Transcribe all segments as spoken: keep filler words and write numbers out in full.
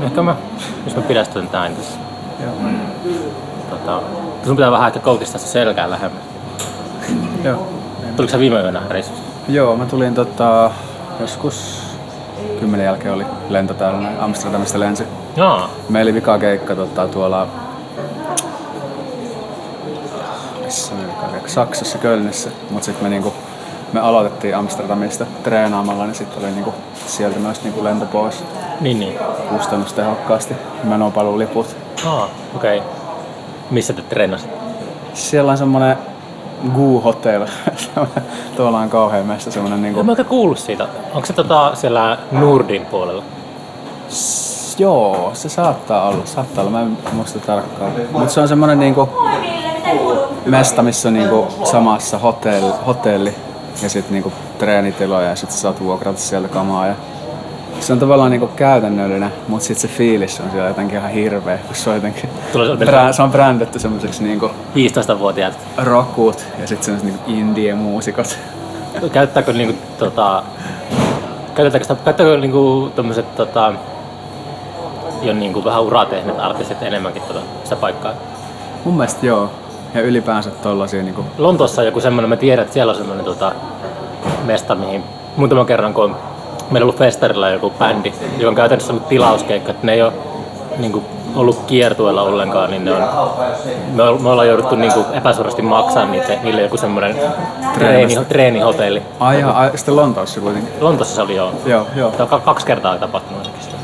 ehkä mä, jos mä pidästyn näin tässä. Joo. Tota, sun pitää vähän ehkä koutistaa se selkää lähemmin. Joo. Tuliko sä viime yönä reissussa? Joo, mä tulin tota, joskus kymmenen jälkeen oli lento täällä, Amsterdamista lensi. Jaa. Meillä oli vika keikka tota, tuolla missä me vika keikka? Saksassa, Kölnissä, mut sit me niinku me aloitettiin Amsterdamista treenaamalla, niin sitten oli niinku sieltä myös niinku lento pois. Niin, niin. Kustannustehokkaasti. Menopaluuliput. Aa, okei. Okay. Missä te treenasit? Siellä on semmonen Goo Hotel. Tuolla on kauhean messa semmonen niinku... En mä oikein kuullut siitä. Onko se tota siellä Nordin puolella? S- joo, se saattaa olla. Saattaa olla, mä en muista tarkkaan. Mut se on semmonen niinku mesta, missä on niinku samassa hotelli, hotelli ja sit niinku treenitiloja ja sit sä saat vuokrata sieltä kamaa. Ja se on tavallaan niinku käytännöllinen, mut sit se fiilis on siellä jotenkin ihan hirveä, kun se on jotenkin... Brä, se on brändetty semmoiseksi niinku... viisitoistavuotiaat. Rockut ja sit semmoiset niinku indie-muusikot. Käyttääkö niinku tota... Käytetäänkö sitä, käyttääkö niinku tommoset tota... jo niinku vähän uraa tehneet artistit enemmänkin tota, sitä paikkaa? Mun mielestä joo. Ja ylipäänsä tollasia niinku... Lontoossa on joku semmonen, mä tiedän, että siellä on semmonen tota... mesta, mihin muutaman kerran kun on meillä on ollut festarilla joku bändi, joka on käytännössä ollut tilauskeikka, että ne ei ole niin kuin, ollut kiertueella ollenkaan, niin ne on, me, me ollaan jouduttu niin kuin, epäsuorasti maksamaan niille, niille joku semmoinen treeni, treenihotelli. Ai, ja, ai sitten Lontoossa kuitenkin? Lontoossa se oli joo. Joo, joo. Tämä on kaksi kertaa tapahtunut ainakin sitä.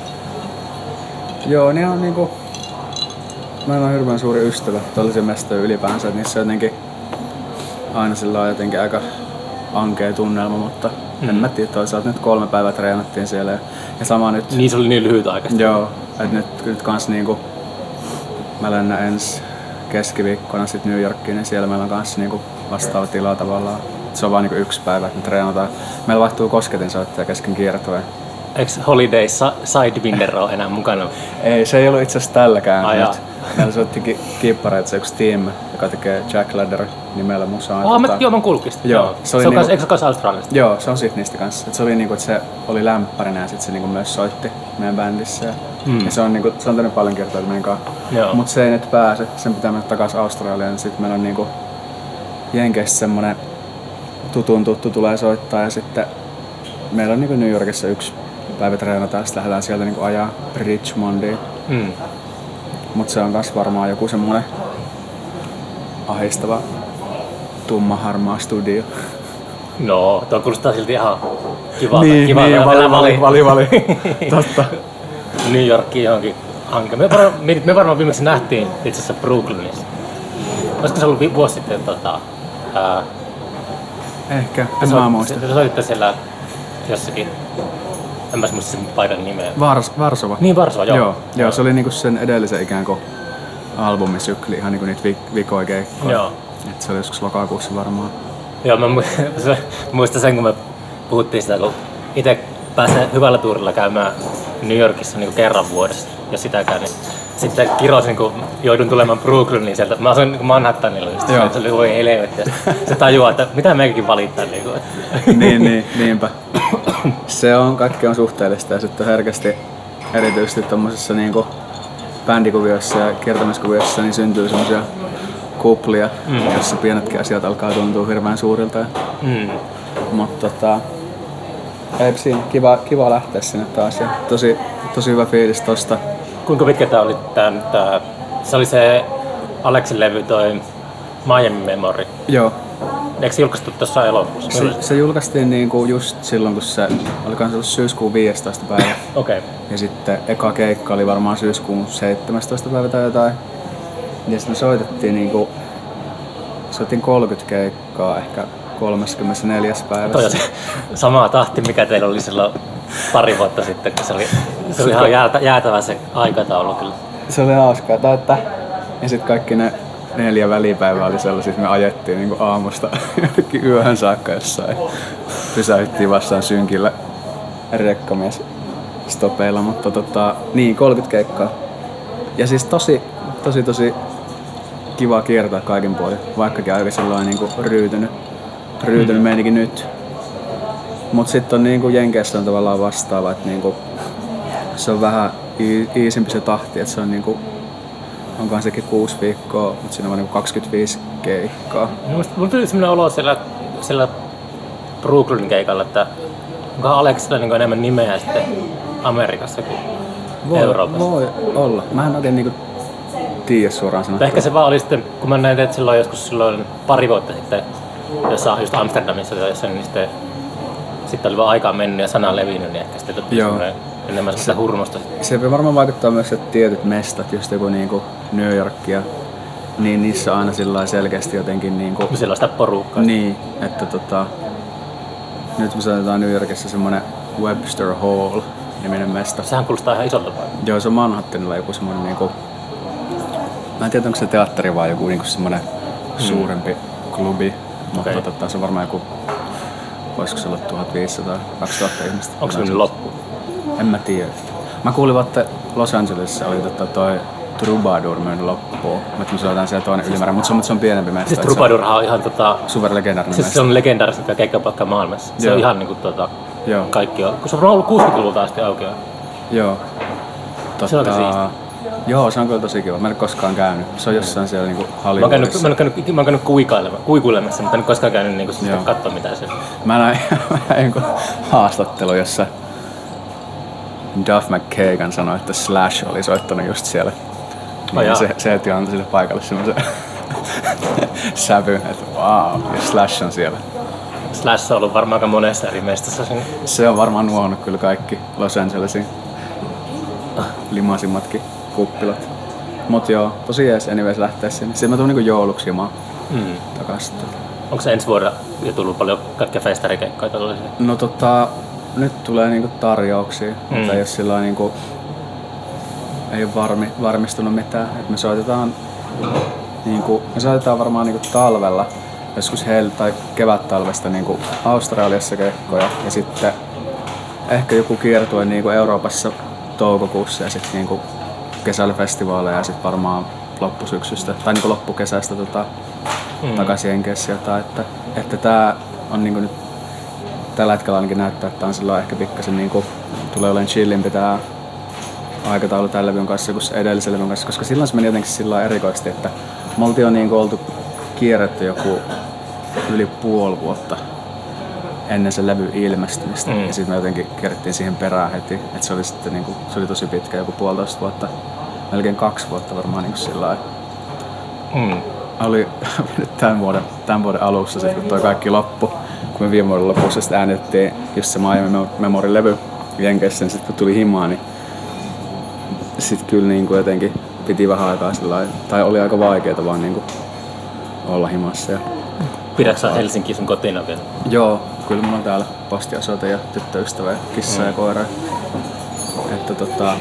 Joo, niin on niinku... Mä oon hirveän suuri ystävä tällaisia mestoja ylipäänsä, että niissä on jotenkin aina sillä on jotenkin aika ankea tunnelma, mutta mm. en mä tiedä, toisaalta nyt kolme päivää treenattiin siellä ja, ja sama nyt... Niin se oli niin lyhyt aikaista. Joo, että nyt, nyt kans niinku... Mä lennän ensi keskiviikkona sit New Yorkiin, niin siellä meillä on kans niinku vastaava tila tavallaan. Se on vaan niinku yksi päivä, että me treenataan. Meillä vaihtuu kosketinsoittaja kesken kiertueen. Eikö Holidays Sidewinder ole enää mukana? Ei, se ei ollut itse asiassa tälläkään. Ai nyt. Meillä soitti ki- kiippareita se yksi team, joka tekee Jack Ladder nimellä musaa. Oh, tota... Joo, mä oon kuullutkin sitä. Joo. Se, se on niinku... Eikö se kanssa Australiasta? Joo, se on Sydneystä kanssa. Et se oli niinku, että se oli lämpärinä ja sit se niinku myös soitti meidän bändissä. Ja, mm. ja se on niinku, se on tehnyt paljon kertaa meidän kanssa. Mut se ei nyt pääse, sen pitää mennä takas Australiaan. Sit meillä on niinku Jenkeissä semmonen tutun tuttu tulee soittaa ja sitten meillä on niinku New Yorkissa yksi päivä treenataan, sit lähdetään sieltä niinku ajaa Richmondiin. Mm. Mut se on kans varmaan joku semmonen ahistava tumma harmaa studio. No, tuo kuulostaa silti ihan kivalta. Niin, kivalta niin vali, vali, vali, vali. Totta. New Yorkiin johonkin hanke. Me varmaan, me varmaan viimeksi nähtiin itse asiassa Brooklynissa. Olisiko se ollut vuosi sitten tota... Ää, Ehkä, en mä muista. Te soititte siellä jossakin... En mä muista sen paikan nimeä. Vars, Varsova. Niin, Varsova, joo. Joo, joo, se oli niinku sen edellisen ikään kuin albumisykli, ihan niinku niitä vi- vikoja keikkoja. Joo. Et se oli joskus lokakuussa varmaan. Joo, mä muistan sen, kun me puhuttiin sitä, kun itse pääsee hyvällä tuurilla käymään New Yorkissa niin kerran vuodessa, jos sitäkään, niin sitten kirosin, kun joudun tulemaan Brooklyniin sieltä. Mä asuin niin Manhattanilla, just se oli voi helvetti. Se tajuaa, että mitä meikin valittaa. Niin, niin, niin, niinpä. Se on, kaikki on suhteellista ja sitten herkästi erityisesti tommosissa niinku bändikuvioissa ja kiertämiskuvioissa niin syntyy semmosia kuplia, mm. jossa pienetkin asiat alkaa tuntua hirveän suurilta. Mm. Mutta tota, ei siinä, kiva, kiva lähteä sinne taas ja tosi, tosi hyvä fiilis tosta. Kuinka pitkä tää oli tää, tää se oli se Aleksin levy toi Miami Memory? Joo. Eikö se julkaistu tuossa elokuussa? Se, se julkaistiin niinku just silloin, kun se oli ollut syyskuun viidestoista päivä. Okei. Okay. Ja sitten eka keikka oli varmaan syyskuun seitsemästoista päivä tai jotain. Ja sitten me soitettiin niinku, soitin kolmekymmentä keikkaa ehkä kolmaskymmenesneljäs päivässä. Toi on se sama tahti, mikä teillä oli silloin pari vuotta sitten, kun se oli, se oli ihan jäätä, jäätävä se aikataulu kyllä. Se oli hauskaa, että ja sitten kaikki ne neljä välipäivää oli sellaisia, että me ajettiin niin kuin aamusta jonnekin yöhön saakka jossain. Pysäyttiin vastaan synkillä rekkamies stopeilla, mutta tota, niin kolmekymmentä keikkaa. Ja siis tosi, tosi, tosi kiva kiertää kaikin puolin, vaikkakin aika sellainen niin kuin ryytynyt, ryytynyt mm. meininkin nyt. Mut sitten on niin kuin Jenkeissä on tavallaan vastaava, että niin kuin se on vähän iisimpi se tahti, että se on niinku, onkohan sekin kuusi viikkoa, mutta siinä on niinku kaksikymmentäviisi keikkaa. Mulla tuli sellainen olo siellä, siellä Brooklyn keikalla, että onko Alexilla niin enemmän nimeä sitten Amerikassa kuin voi, Euroopassa? Voi olla. Mä en oikein niinku tiedä suoraan sanottuna. Ehkä se vaan oli sitten, kun mä näin teet silloin joskus silloin pari vuotta sitten, jossain just Amsterdamissa tai jossain, niin sitten, sitten oli vaan aikaa mennyt ja sana levinnyt, niin ehkä sitten tuli enemmän semmoista hurmosta. Se varmaan vaikuttaa myös, että tietyt mestat, just joku niinku New York ja niin niissä on aina sillä selkeästi jotenkin niinku... Siellä on sitä porukkaa. Niin, että tota... Nyt me sanotaan New Yorkissa semmonen Webster Hall-niminen mesta. Sehän kuulostaa ihan isolta paikkaa. Joo, se on Manhattanilla joku semmonen niinku... Mä en tiedä, onko se teatteri vai joku niinku semmonen mm. suurempi klubi. Okay. Mutta tota, se on varmaan joku... Voisiko se olla tuhatviisisataa kaksituhatta ihmistä? Onko se nyt loppu? En mä tiedä. Mä kuulin, että Los Angelesissa oli tota toi Troubadour mennyt loppuun. Mutta me soitaan siellä toinen ylimääräinen, mutta se, mutta se on pienempi mesta. Siis Troubadourhan on ihan tota... Superlegendaarinen siis mesta. Se on legendaarinen keikkapaikka maailmassa. Se Joo. on ihan niinku tota... Joo. Kaikki on... Kun se on ollut kuusikymmentäluvulta asti auki. Joo. Totta... Se on aika siistiä. Joo, se on kyllä tosi kiva. Mä en ole koskaan käynyt. Se on jossain siellä niinku Hollywoodissa. Mä oon käynyt, mä oon käynyt kuikuilemassa, mutta en ole koskaan käynyt niinku sitten katsoa mitään siellä. Mä näin, mä näin jonkun haastattelu, jossa Duff McKagan sanoi, että Slash oli soittanut just siellä. Oh, ja se, se heti antoi sille paikalle semmoisen sävy, että wow, ja Slash on siellä. Slash on ollut varmaan aika monessa eri mestassa. Se on varmaan nuohonnut kyllä kaikki Los Angelesin limaisimmatkin kuppilat. Mut joo, tosi jees anyways lähteä sinne. Sitten mä tuun niinku jouluksi jumaan mm. takas. Onko se ensi vuonna jo tullut paljon kaikkia festarikeikkoja tällaisia? No tota, nyt tulee niinku tarjouksia, mm. mutta ei oo sillä niinku, ei oo varmi, varmistunut mitään. Et me soitetaan niinku, me soitetaan varmaan niinku talvella, joskus hel- tai kevät-talvesta niinku Australiassa keikkoja ja sitten ehkä joku kiertue niinku Euroopassa toukokuussa ja sitten niinku kesällä festivaaleja ja sitten varmaan loppusyksystä tai niinku loppukesästä tota, mm. takaisin Jenkeissä jotain, että, että tää on niinku nyt tällä hetkellä ainakin näyttää, että on silloin ehkä pikkasen niinku tulee olemaan chillimpi tää aikataulu tämän levyn kanssa kuin edellisen levyn kanssa, koska silloin se meni jotenkin sillä erikoisesti, että me oltiin jo niinku oltu kierretty joku yli puoli vuotta ennen sen levyn ilmestymistä mm. ja sitten me jotenkin kierrettiin siihen perään heti, että se oli sitten niinku, se oli tosi pitkä, joku puolitoista vuotta, melkein kaksi vuotta varmaan niinku sillä mm. oli tämän vuoden, tämän vuoden alussa sit, kun toi kaikki loppu, kun me viime vuoden lopussa sitten äänitettiin just se Miami Memory-levy Jenkeissä, niin sitten kun tuli himaa, niin sitten kyllä niinku jotenkin piti vähän aikaa sillä tai oli aika vaikeeta vaan niinku olla himassa. Ja pidätkö sä Helsinkiin sun kotina vielä? Joo, kyllä mulla on täällä postiasoite ja tyttöystävä ja kissa mm. ja koira. Että tota...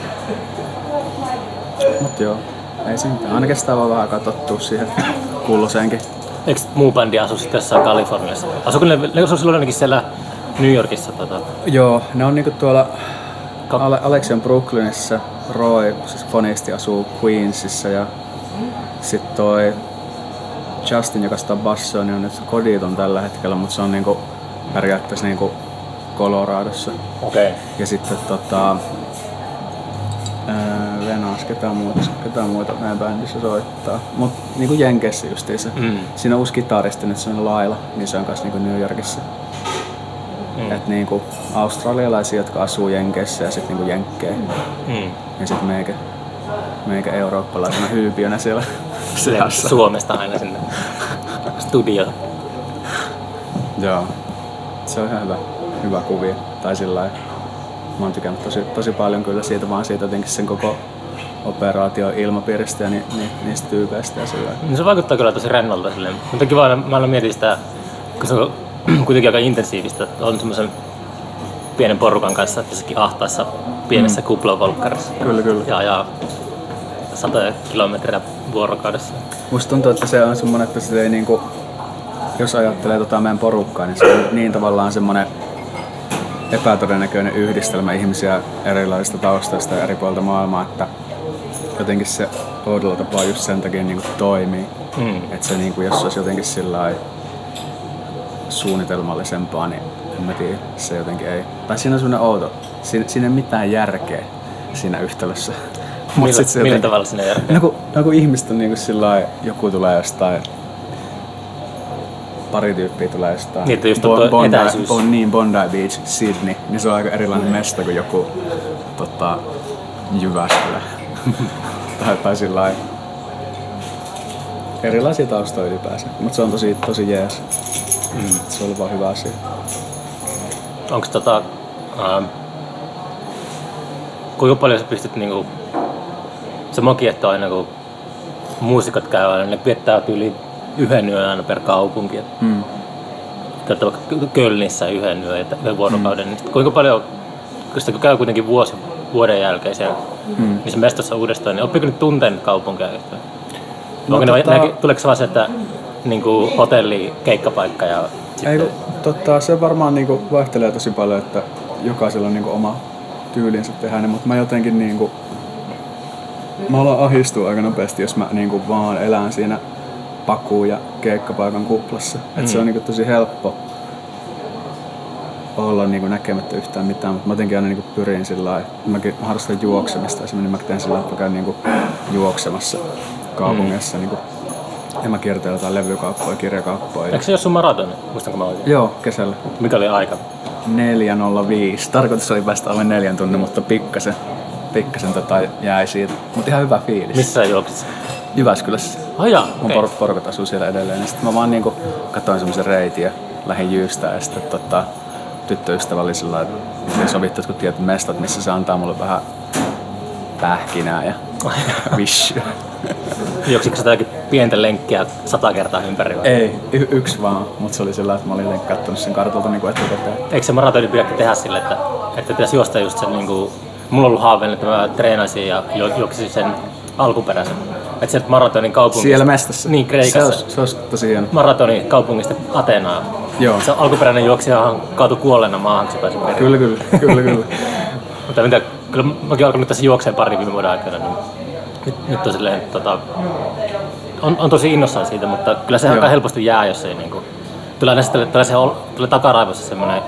Mut joo, ei se mitään. Aina kestää vaan vähän aikaa tottua siihen kuuloseenkin. Eikö muu bändi asu sitten jossain Kaliforniassa? Asuuko ne, ne asuu silloin ainakin siellä New Yorkissa? Tota? Joo, ne on niinku tuolla Ale- Alex on Brooklynissa, Roy, siis fonisti, asuu Queensissa ja sit toi Justin, joka sitä bassoa, niin on nyt koditon tällä hetkellä, mutta se on niinku periaatteessa niinku Coloradossa. Okei. Okay. Ja sitten tota... Öö, Venas, ketään muuta, ketään muuta meidän bändissä soittaa. Mut niinku Jenkeissä justiinsa. Mm. Siinä on uusi kitaristi, nyt se on Laila, niin se on kans niinku New Yorkissa. Mm. Et niinku australialaisia, jotka asuu Jenkeissä ja sit niinku jenkkejä. Mm. Ja sit meikä, meikä eurooppalaisena hyypiönä siellä seassa. Suomesta aina sinne studioon. Joo. Se on ihan hyvä, hyvä kuvia. Tai sillai, mä oon tykännyt tosi, tosi paljon kyllä siitä, vaan siitä jotenkin sen koko operaation ilmapiiristä ja ni, ni, niistä tyypeistä ja sillä. No se vaikuttaa kyllä tosi rennolta silleen. Mutta kiva, mä aina mietin sitä, kun se on kuitenkin aika intensiivistä, että on semmoisen pienen porukan kanssa jossakin ahtaessa pienessä mm. kuplavolkkarissa. Kyllä, kyllä. Ja ajaa satoja kilometriä vuorokaudessa. Musta tuntuu, että se on semmonen, että se ei niinku, jos ajattelee tota meidän porukkaa, niin se on niin tavallaan semmonen epätodennäköinen yhdistelmä ihmisiä erilaisista taustoista ja eri puolilta maailmaa, että jotenkin se oudolla tapaa just sen takia niinku toimii. Mm. Että se niinku, jos se olisi jotenkin sillai suunnitelmallisempaa, niin en mä tiedä, se jotenkin ei. Tai siinä on semmonen outo, siinä, siinä ei mitään järkeä. siinä yhtälössä. Millä, millä jotenkin, tavalla siinä järkeä? No kun, no kun ihmiset on niinku sillai, joku tulee jostain, pari tyyppiä tulee jostain. Niin, että just bon, Bondi, etäisyys. On niin, Bondi Beach, Sydney, niin se on aika erilainen mesta kuin joku tota, Jyväskylä. tai, tai sillai. Erilaisia taustoja ylipäänsä, mutta se on tosi, tosi jees. Mm. Se on ollut vaan hyvä asia. Onks tota... Ähm, kuinka paljon sä pystyt niinku... Se mua kiehtoo aina kun muusikot käy aina, ne viettää yli yhden yön aina per kaupunki. Mm. Käyttää vaikka Kölnissä yhden yön ja yhden vuorokauden. Mm. Niin kuinka paljon, kun käy kuitenkin vuosi vuoden jälkeen siellä mm. niissä mestossa uudestaan, niin oppiko nyt tunteen kaupunkia yhtään? No, tota... ne, tuleeko se vaan se, että niinku hotelli, keikkapaikka ja sitten... Ei, totta, se varmaan niinku vaihtelee tosi paljon, että jokaisella on niinku oma tyylinsä tehdä ne, mutta mä jotenkin niinku... Mä alan ahistua aika nopeasti, jos mä niinku vaan elän siinä pakuun ja keikkapaikan kuplassa. Mm. Et se on niinku tosi helppo olla niinku näkemättä yhtään mitään, mutta mä jotenkin aina niinku pyrin sillä lailla. Mäkin harrastan juoksemista esimerkiksi, niin mä teen sillä lailla, että mä käyn niinku juoksemassa kaupungissa. Mm. Niinku, ja mä kiertelen jotain levykauppoja, kirjakauppoja. Eikö se ole sun maratoni? Muistanko mä oikein? Joo, kesällä. Mikä oli aika? neljä nolla viisi. Tarkoitus oli päästä alle neljän tunnin, mutta pikkasen. Pikkasen tota jäi siitä, mutta ihan hyvä fiilis. Missä sä juoksit? Jyväskylässä. Oh jaa, mun okay. porukat asuu siellä edelleen. Ja sitten mä vaan niinku katsoin semmosen reitin ja lähdin Jyystään. Ja sitten tota, tyttöystävä oli sillä lailla, että sovittu jotkut tietyt mestat, missä se antaa mulle vähän pähkinää ja vissyä. Juoksitko sä jotakin pientä lenkkiä sata kertaa ympäri vai? Ei, y- yksi vaan, mutta se oli sillä että mä olin jotenkin kattonut sen kartalta niinku etukäteen. Eikö se maratoni pidäkin tehdä sille, että, että pitäisi juosta just sen niinku... Mulla on ollut haaveena, että mä treenaisin ja juoksin sen alkuperäisen. Että sieltä maratonin kaupungista... Siellä mestassa? Niin, Kreikassa. Se olisi, se olisi tosi hieno. Maratonin kaupungista Ateenaan. Joo. Se alkuperäinen juoksijahan kaatui kuolleena maahan, kun se pääsi perille. Kyllä, kyllä, kyllä, kyllä. Mutta mitä, kyllä mäkin alkanut tässä juokseen pari viime vuoden aikana. Niin nyt, nyt on silleen, tota, on, on tosi innossaan siitä, mutta kyllä se aika helposti jää, jos ei niinku... Tulee aina sitten tulee takaraivossa semmoinen...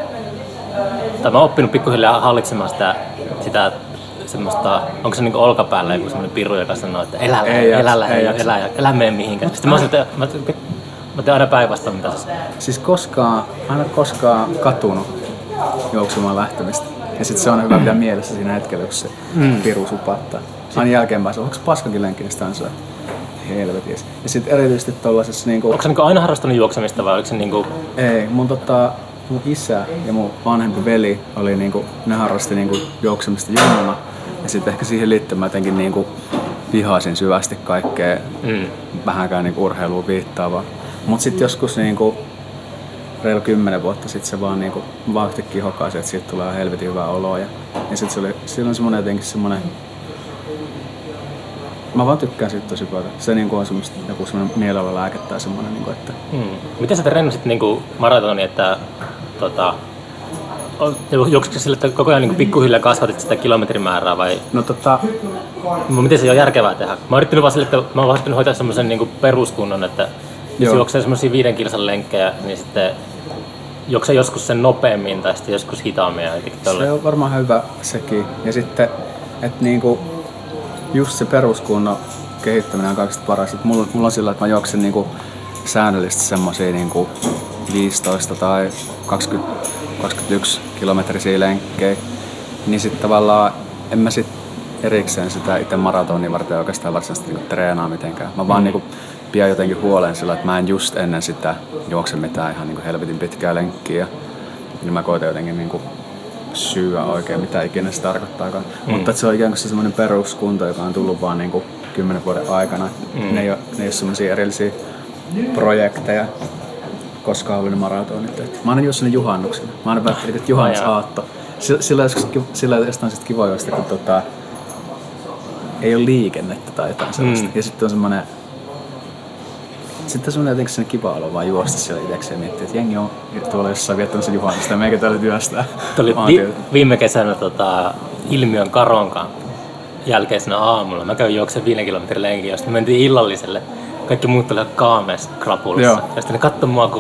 Tai mä oon oppinut pikkuhiljaa hallitsemaan sitä, sitä semmoista, onko se niinku olkapäällä joku semmoinen piru, joka sanoo, että elä, ei elä, elä, elä, elä, elä, elä mene mihinkään. Sitten mä, että, mä, mä teen aina päinvastoin, mitä se... Siis koskaan, aina koskaan katunut juoksemaan lähtemistä. Ja sit se on hyvä pitää mielessä siinä hetkellä, kun se mm. piru supattaa. Aina jälkeenpäin se on, onko paskakin lenkki, niin sitä on se helvetis. Ja sit erityisesti tollasessa niinku... Onko se niinku aina harrastanut juoksemista vai oliko se niinku... Ei, mun tota... Mun isä ja mun vanhempi veli oli niinku, ne harrasti niinku juoksemista junnuna. Ja sitten ehkä siihen liittyen mä jotenkin niinku vihasin syvästi kaikkea mm. vähänkään niinku urheiluun viittaavaa. Mut sit joskus niinku reilu kymmenen vuotta sit se vaan niinku, mä vaan yhtäkkiä hokasin, että siitä tulee helvetin hyvää oloa. Ja, ja sit se oli silloin semmonen jotenkin semmonen... Mä vaan tykkään siitä tosi paljon. Se niinku on semmoista joku semmonen mielellä lääke tai semmonen niinku, että... Hmm. Miten sä trennasit niinku maratoni, että tota... Juoksitko sille, että koko ajan niinku pikkuhiljaa kasvatit sitä kilometrimäärää vai... No tota... Miten se on järkevää tehdä? Mä oon yrittänyt vaan sille, että mä oon yrittänyt hoitaa semmosen niinku peruskunnon, että jos juoksee semmosia viiden kilsan lenkkejä, niin sitten juoksee joskus sen nopeammin tai sitten joskus hitaammin. Se on varmaan hyvä sekin. Ja sitten, että niinku... Just se peruskunnon kehittäminen on kaikista paras. Mulla, mulla on sillä, että mä juoksen niinku säännöllisesti semmosia niinku viisitoista tai kaksikymmentä, kaksikymmentäyksi kilometrisiä lenkkejä. Niin sit tavallaan en mä sit erikseen sitä itse maratonia varten oikeastaan varsinaisesti niinku treenaa mitenkään. Mä vaan mm. niinku pidän jotenkin huolen sillä, että mä en just ennen sitä juokse mitään ihan niinku helvetin pitkää lenkkiä. Niin mä koitan jotenkin niinku syöä oikein, mitä ikinä se tarkoittaakaan. Mm. Mutta se on ikään kuin se semmoinen peruskunto, joka on tullut vaan niinku kymmenen vuoden aikana. Mm. Ne ei ole, ne ei ole semmoisia erillisiä projekteja koskaan ollut ne maratonit. Mä aina juon sinne juhannuksena. Mä aina päättelin, että juhannusaatto. Sillä, sillä on jostain kivaa josta, kun tota, ei ole liikennettä tai jotain sellaista. Mm. Ja sitten on semmoinen Sitten on semmoinen jotenkin sen kiva olo vaan juosta siellä itsekseen ja miettiä, että jengi on tuolla jossain viettämässä juhannusta ja meikä täällä työstää. Oli vi- viime kesänä tota, Ilmiön Karonkaan jälkeisenä aamulla. Mä kävin juoksen viiden kilometrin lenkin, josta me mentiin illalliselle. Kaikki muut olivat kaameessa krapulassa. Joo. Ja sitten ne katsoi mua, kun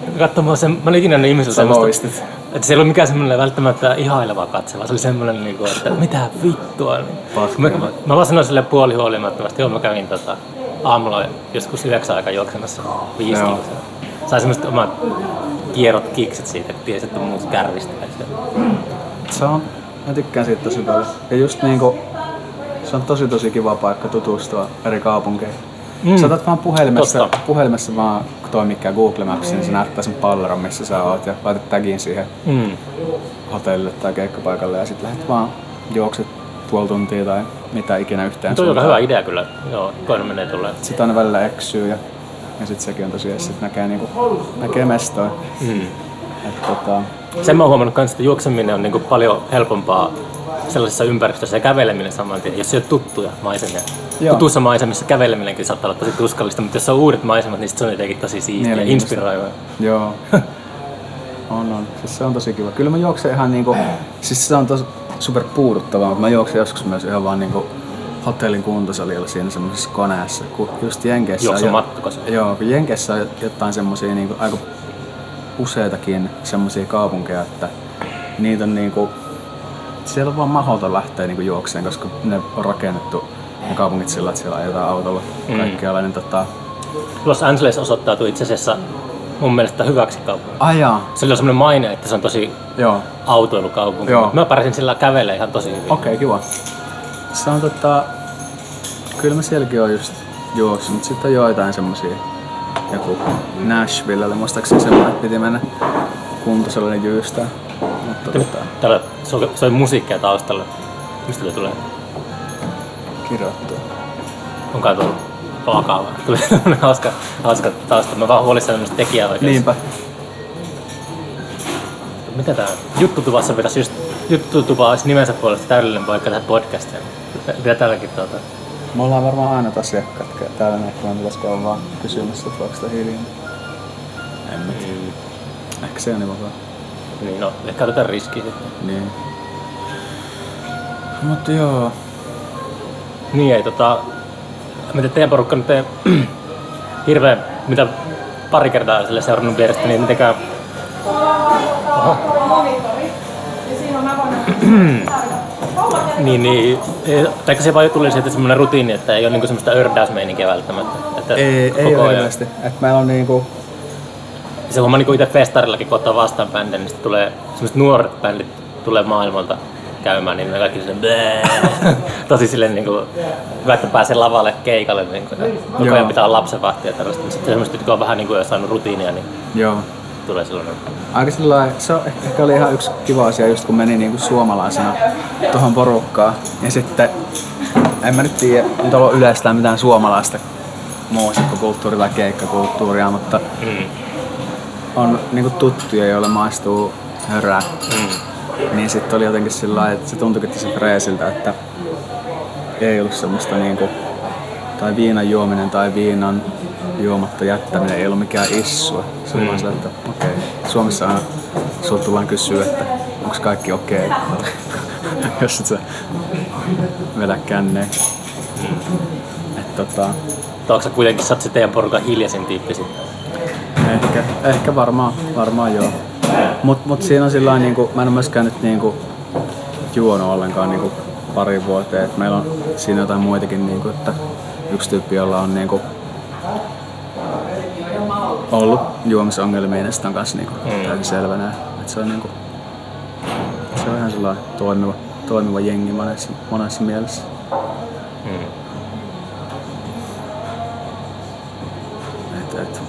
katsomaan sen, mä olin ikinä ne ihmisillä semmoista, että se ei ollut mikään semmoinen välttämättä ihaileva katse, vaan se oli semmoinen, niin kuin, että mitä vittua. Mä, mä vaan sanoin silleen puoli huolimattomasti, joo mä kävin tota, aamulla joskus yhdeksän aikaa juoksemassa viisi kilsaa. Sai semmoiset omat kierrot kikset siitä, kun tiesi, että muut kärvistää. Se on, mä tykkään siitä tosi paljon. Ja just niinku, se on tosi tosi kiva paikka tutustua eri kaupunkeihin. Mm. Sä otat vaan puhelimessa, puhelimessa vaan toi mikä Google Maps, niin se näyttää sen palleron missä sä oot ja laitat tagin siihen mm. hotellille tai keikkapaikalle ja sit lähdet vaan juokset puoli tuntia tai mitä ikinä yhteen. Tuo on hyvä idea kyllä, joo, toinen menee tulee. Sit aina välillä eksyy ja, ja sit sekin on tosiaan, sit näkee niinku, näkee mestoja. Mm. Et, tota... Sen mä oon huomannut kans, että juokseminen on niinku paljon helpompaa sellaisessa ympäristössä ja käveleminen saman tien, jos ei ole tuttuja maisemia. Joo. Tutussa maisemissa käveleminenkin saattaa olla tosi tuskallista, mutta jos on uudet maisemat, niin se on jotenkin tosi siistiä ja inspiroivaa. Joo. On, on. Siis se on tosi kiva. Kyllä mä juoksen ihan niinku, siis se on tosi super puuduttavaa, mutta mä juoksen joskus myös ihan vaan niinku hotellin kuntosalilla siinä semmosessa koneessa, kun just Jenkeissä on... Juoksumattukassa. Joo, kun Jenkeissä on jotain semmosia niinku aika useitakin semmosia kaupunkeja, että niitä on niinku... Siellä on vaan mahdoton lähteä niinku juokseen, koska ne on rakennettu ne kaupungit sillä, että siellä ajetaan autolla mm. kaikkialla. Niin tota... Los Angeles osoittautui itse asiassa mun mielestä hyväksi kaupungiksi. Ai jaa. Sillä on semmoinen maine, että se on tosi Joo. autoilukaupunki. Joo. Mä pärjäsin sillä kävelemään ihan tosi hyvin. Okei, okay, kiva. Se on tota... Kyllä mä sielläkin oon just juossut, mutta sitten on joitain semmosia... Joku Nashville, muistaakseni semmoinen, että piti mennä kuntosalille jyystää. Mutta tota... Täällä soi musiikkia taustalla. Mistä se tulee? Kirjoittua. Onkaan tullut vakava. Tuli tämmönen hauska, hauska tausta. Mä vaan huolissaan tämmöistä tekijää oikeesti. Niinpä. Mitä tää Juttutuvassa pitäisi just... Juttutuva olisi nimensä puolesta täydellinen paikka tehdä podcastia. Mitä täälläkin tuota? Me ollaan varmaan aina asiakkaat täällä näin, kun pitäisikö olla vaan kysymässä, että voiko sitä hiljaa. En mä tiedä. Mm. Ehkä se on niin vaan. Niin no, ehkä otetaan riskiä sitten. Niin. Mutta joo. Niin ei tota... Miten teidän porukka nyt ei hirveen, mitä pari kertaa sille seurannut vierestä, niin mitenkään... Oho. Niin, niin. Taikka se vaan tuli siitä semmoinen rutiini, että ei ole niinku semmoista ördäysmeininkiä välttämättä. Että ei, ei ole hirveästi. Että meillä on niinku... Se homma niinku ite festarillakin, kun ottaa vastaan bändejä, niin tulee semmoiset nuoret bändit tulee maailmalta käymään, niin ne kaikki silleen tosi silleen niinku hyvä, että pääsee lavalle keikalle. Niinku, koko ajan pitää olla lapsenvahtia ja tällaista. Sitten semmoista, kun on vähän niinku jo saanut rutiinia, niin joo. Tulee silloin. Aika sellainen, se ehkä oli ihan yksi kiva asia just kun meni niinku suomalaisena tohon porukkaan. Ja sitten, en mä nyt tiedä, nyt on yleistään mitään suomalaista muusikkokulttuuria tai keikkakulttuuria, mutta mm. on niinku tuttuja, joille maistuu hörää. Mm. Niin sitten oli jotenkin sillä lailla, että se tuntui se freesiltä, että ei ollut semmoista niinku, tai viinan juominen tai viinan juomatta jättäminen ei ollut mikään issue. Se oli mm. vaan se, että okei, okay. Suomessa aina sulta tullaan kysyä, että onko kaikki okei, okay? Jos et sä vedä känneen. Mm. Et tota... Onko sä kuitenkin sä oot se teidän porukan hiljaisin tyyppi sitten? Ehkä, ehkä varmaan, varmaan joo. Mut, mut siinä on sillain niinku, mä en oo myöskään nyt niinku juonut ollenkaan niinku pari vuoteen. Et meillä on siinä jotain muitakin niinku, että yksi tyyppi, jolla on niinku ollut juomisongelmia ja sitä on kanssa niinku mm. täysin selvänä. Et se on niinku, se on ihan sellainen toimiva, toimiva jengi monessa, monessa mielessä. Mm. Et, et.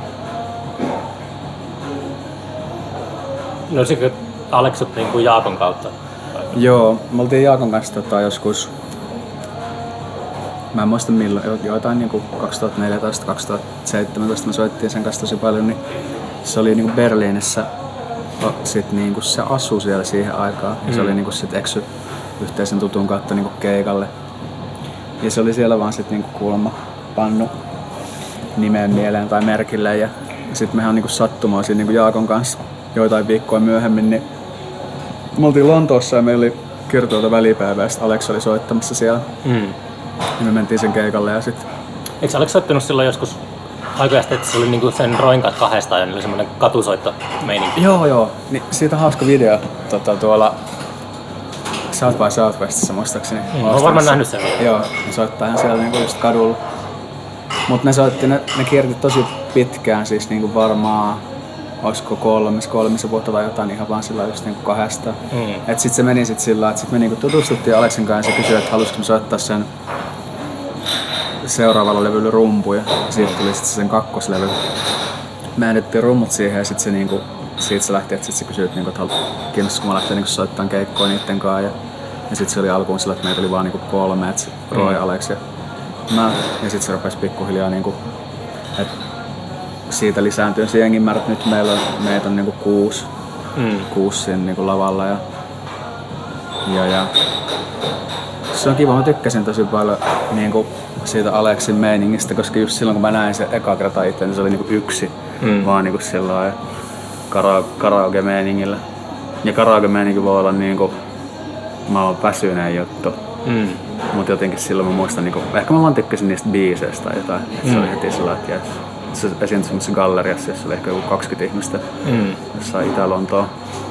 Löysikö Aleksut niinku Jaakon kautta? Joo, me oltiin Jaakon kanssa tota, joskus, mä en muista milloin, joitain niinku kaksituhattaneljätoista kaksituhattaseitsemäntoista me soittiin sen kanssa tosi paljon, niin se oli niinku Berliinissä, sit niinku se asui siellä siihen aikaan, ja se oli niinku sit eksy yhteisen tutun kautta niinku keikalle. Ja se oli siellä vaan sit niinku kuulemma pannu nimeen mieleen tai merkille, ja sit mehän on niinku sattumaa siinä niinku Jaakon kanssa joitain viikkoja myöhemmin, niin me oltiin Lontoossa ja meillä oli Kirtuilta välipäivä ja sit Alex oli soittamassa siellä. Mm. Ja me mentiin sen keikalle ja sit... Eikö Alex soittanut silloin joskus aikoja sitten, että se oli niinku sen Roin kanssa kahdestaan ja niillä oli semmoinen katusoitto-meininki. Joo joo, niin siitä on hauska video tota, tuolla South by Southwestissa muistaakseni. Mm, olen varmaan nähnyt sen video. Joo, ne soittaa ihan siellä niinku just kadulla. Mut ne soitti, ne, ne kierti tosi pitkään, siis niinku varmaan olisiko kolmes, kolmessa vuotta tai jotain ihan vaan sillä just niinku kahdesta. Mm. Et sit se meni sit sillä, että sit me niinku tutustuttiin Aleksin kanssa ja se kysyi, että halusiko me soittaa sen seuraavalla levyllä rumpuja. Siitä tuli sit sen kakkoslevy. Me äänitettiin rummut siihen ja sit se niinku, siitä se lähti, että sit se kysyi, että, niinku, että kiinnostaisiko mä lähteä niinku soittamaan keikkoa niitten kanssa. Ja, ja sit se oli alkuun sillä, että meitä oli vaan niinku kolme, että Roy, mm. Alex ja mä. Ja sit se rupesi pikkuhiljaa niinku, että siitä lisääntyy se jengin määrät. Nyt meillä on, meitä on niinku kuusi, mm. kuusi siinä niinku lavalla. Ja, ja, ja se on kiva, mä tykkäsin tosi paljon niinku siitä Aleksin meiningistä, koska just silloin kun mä näin sen eka kertaa itse, niin se oli niinku yksi, mm. vaan niinku sillain kara- karaoke-meiningillä. Ja karaoke-meininki voi olla niinku maailman väsyneen juttu. Mm. Mut jotenkin silloin mä muistan, niinku, ehkä mä vaan tykkäsin niistä biiseistä tai jotain. Mm. Se oli heti sillä, että yes. Se esiintyi semmoisessa galleriassa, jossa oli ehkä joku kaksikymmentä ihmistä mm. jossain Itä-Lontoon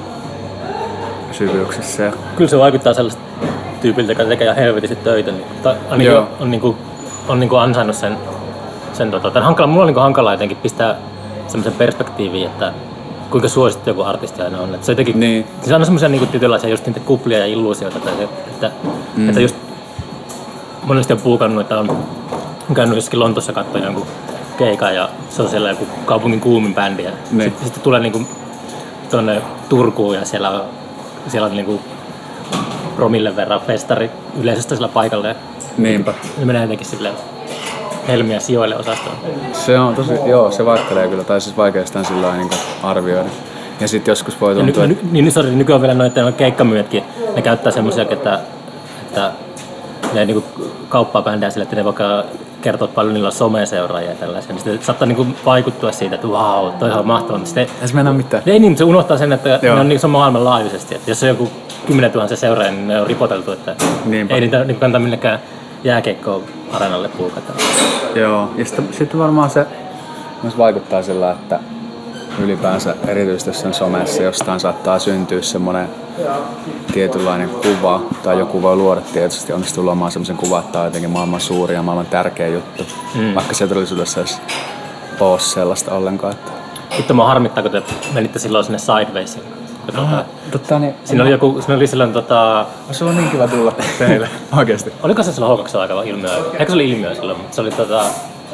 syvyyksissä. Ja kyllä se vaikuttaa sellaista tyypiltä, joka tekee helvetisti töitä. Niin, tai ainakin on, on, niinku, on niinku ansainnut sen, sen tota, tämän hankala, mulla on niinku hankala jotenkin pistää semmoisen perspektiiviin, että kuinka suosittu joku artisti aina on. Että se, jotenkin, niin. Se on semmoisia niinku tietynlaisia just niitä kuplia ja illuusioita. Tai se, että, mm. että just monesti on puukannut, että on käynyt jossakin Lontossa katsoa jonkun keikan ja se on siellä joku kaupungin kuumin bändi. Ja niin. Sitten sit tulee niinku tuonne Turkuun ja siellä on, siellä on niinku promillen verran festari yleisöstä sillä paikalla. Ja niinpä. Ne menee jotenkin silleen helmiä sijoille osastoon. Se on tosi, joo, se vaihtelee kyllä, tai siis vaikeastaan sillä lailla niin arvioida. Ja sit joskus voi tuntua... Ny, ny, niin, sorry, nykyään vielä noita keikkamyyjätkin, ne käyttää semmosia, että, että ne niinku kauppaa bändejä sille, että ne vaikka kertoo paljon niillä someseuraajia ja tällaisia. Niin sitten saattaa niinku vaikuttua siitä, että vau, wow, toi on mahtavaa. Ei se mennä mitään. Ei niin, se unohtaa sen, että joo. Ne on niin maailmanlaajuisesti. Että jos on joku kymmenen tuhatta seuraajia, niin ne on ripoteltu, että niinpä. Ei niitä niin kannata millekään jääkeikkoon areenalle puukata. Joo, ja sitten, sitten varmaan se myös vaikuttaa sillä, että ylipäänsä erityisesti jossain somessa jostain saattaa syntyä semmoinen tietynlainen kuva, tai joku voi luoda tietysti, onnistuu luomaan semmoisen kuvan, että tämä on jotenkin maailman suuri ja maailman tärkeä juttu, mm. vaikka se todellisuudessa ei ole sellaista ollenkaan. Että... Sitten mä harmittaa, kun te menitte silloin sinne Sidewaysiin. Aha, totta, niin, siinä oli joku, siinä oli silloin tota... Se on niin kiva tulla teille, oikeesti. Oliko se silloin H kaksi aika ilmiö? Ehkä se oli ilmiö silloin, mutta se oli tota...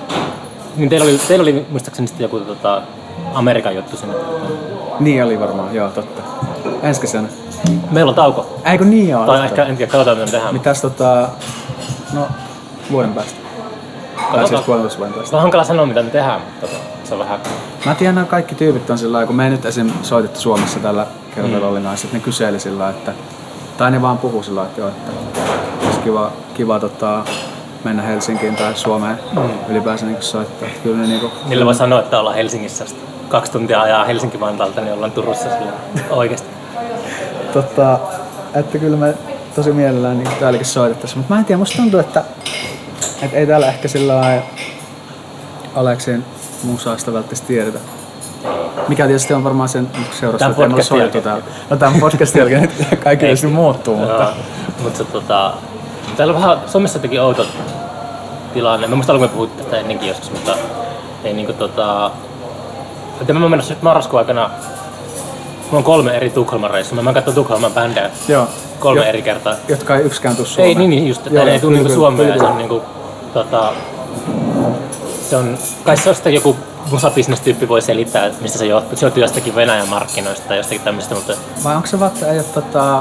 Niin teillä oli, teillä oli muistaakseni sitten joku tota... Amerikan juttu sinne. Niin oli varmaan, joo totta. Ensi kesänä. Meillä on tauko. Eikö niin joo? Tai ehkä, en tiedä, katsotaan mitä me tehdään. Mitäs tota... No, vuoden päästä. Tai siis puolentoista vuoden päästä. On hankala sanoa mitä me tehdään, mutta tota, se on vähän... Mä tiedän, että kaikki tyypit on sillä lailla, kun me ei nyt esim. Soitettu Suomessa tällä kerralla mm. Ollin kanssa, että ne kyseli sillä lailla, että... Tai ne vaan puhuu sillä lailla, että joo, että olisi kiva, kiva tota, mennä Helsinkiin tai Suomeen mm. ylipäänsä niin soittaa. Kyllä ne niinku... Niillä voi sanoa, että ollaan Helsingissä kaksi tuntia ajaa Helsinki-Vantaalta, niin ollaan Turussa sillä oikeesti. Totta, että kyllä me tosi mielellään niin täälläkin soitettaisiin, mutta mä en tiedä, musta tuntuu, että, että ei täällä ehkä sillä lailla Aleksin musaista välttämättä tiedetä. Mikä tietysti on varmaan sen seurassa, että ei ole soitettu täällä. No tämän podcastin jälkeen nyt kaikki tietysti muuttuu, mutta... Joo, mutta tota, täällä on vähän Suomessa jotenkin outo tilanne. Mä muistan alkuun puhuttiin tästä ennenkin joskus, mutta ei niinku tota... Mä oon menossa nyt marraskuun aikana, mulla on kolme eri Tukholman reissua. Mä katson Tukholman bändejä joo. kolme jo, eri kertaa. Jotka ei yksikään tuu Suomeen. Ei niin, niin just, että ne ei tuu niinku Suomeen. Ja se on niinku, tota, se on, kai se on sitten joku musabisnestyyppi voi selittää, että mistä se johtuu. Se johtuu jostakin Venäjän markkinoista tai jostakin tämmöistä, mutta... Vai onko se vaan, että ei ole, tota,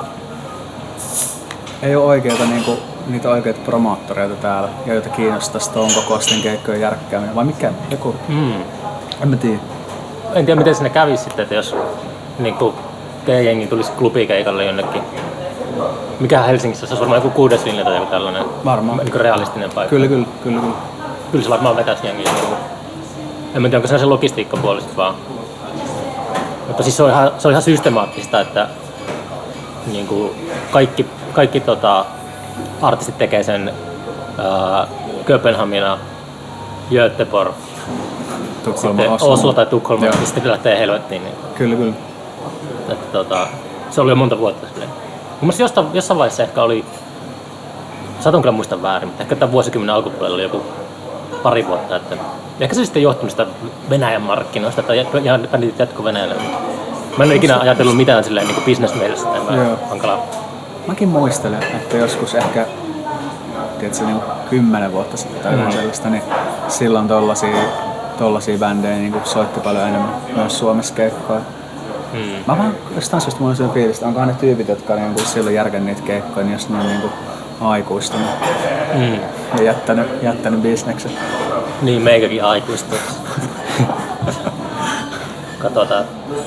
ei ole oikeita, niinku, niitä oikeita promoottoreita täällä, joita kiinnostaisi tuon kokoisten keikkojen järkkääminen, vai mikä? Joku? Mm. En mä tiedä. En tiedä miten sinne kävisi sitten, että jos niinku T-jengi tulisi klubikeikalle jonnekin. Mikähän Helsingissä, se olisi varmaan joku kuudes linja tai joku tällainen varmaan. Niinku realistinen paikka. Kyllä, kyllä, kyllä. Kyllä, kyllä se varmaan vetäisi jengiä. En tiedä, onko se se logistiikkapuoli sitten vaan. Mutta siis se on ihan, se on ihan systemaattista, että niinku kaikki, kaikki tota, artistit tekee sen ää, Kööpenhamina, Göteborg, Tukholma, sitten Oslo. Oslo tai Tukholma, ja sitten lähtee helvettiin. Niin. Kyllä, kyllä. Että, tota, se oli jo monta vuotta silleen. Mun mielestä jostain, jossain vaiheessa ehkä oli, satun kyllä muistan väärin, mutta ehkä tämän vuosikymmenen alkupuolella oli joku pari vuotta. Että, ehkä se sitten johtunut sitä Venäjän markkinoista, tai ihan bändit jatko Venäjälle. Mä en ole ikinä ajatellut mitään silleen niin bisnesmielessä tai hankalaa. Mäkin muistelen, että joskus ehkä tiedätkö, niin kymmenen vuotta sitten tai mm. sellaista, niin silloin tollasia, tollasia bändejä niin soitti paljon enemmän myös Suomessa keikkoja. Mm. Mä vaan jostain syystä mulla on sellainen fiilis, että onkohan ne tyypit, jotka on niin silloin järkännyt niitä keikkoja, niin jos ne on niin aikuistunut mm. ja jättänyt, jättänyt bisneksen. Niin, meikäkin aikuistunut. Katsotaan.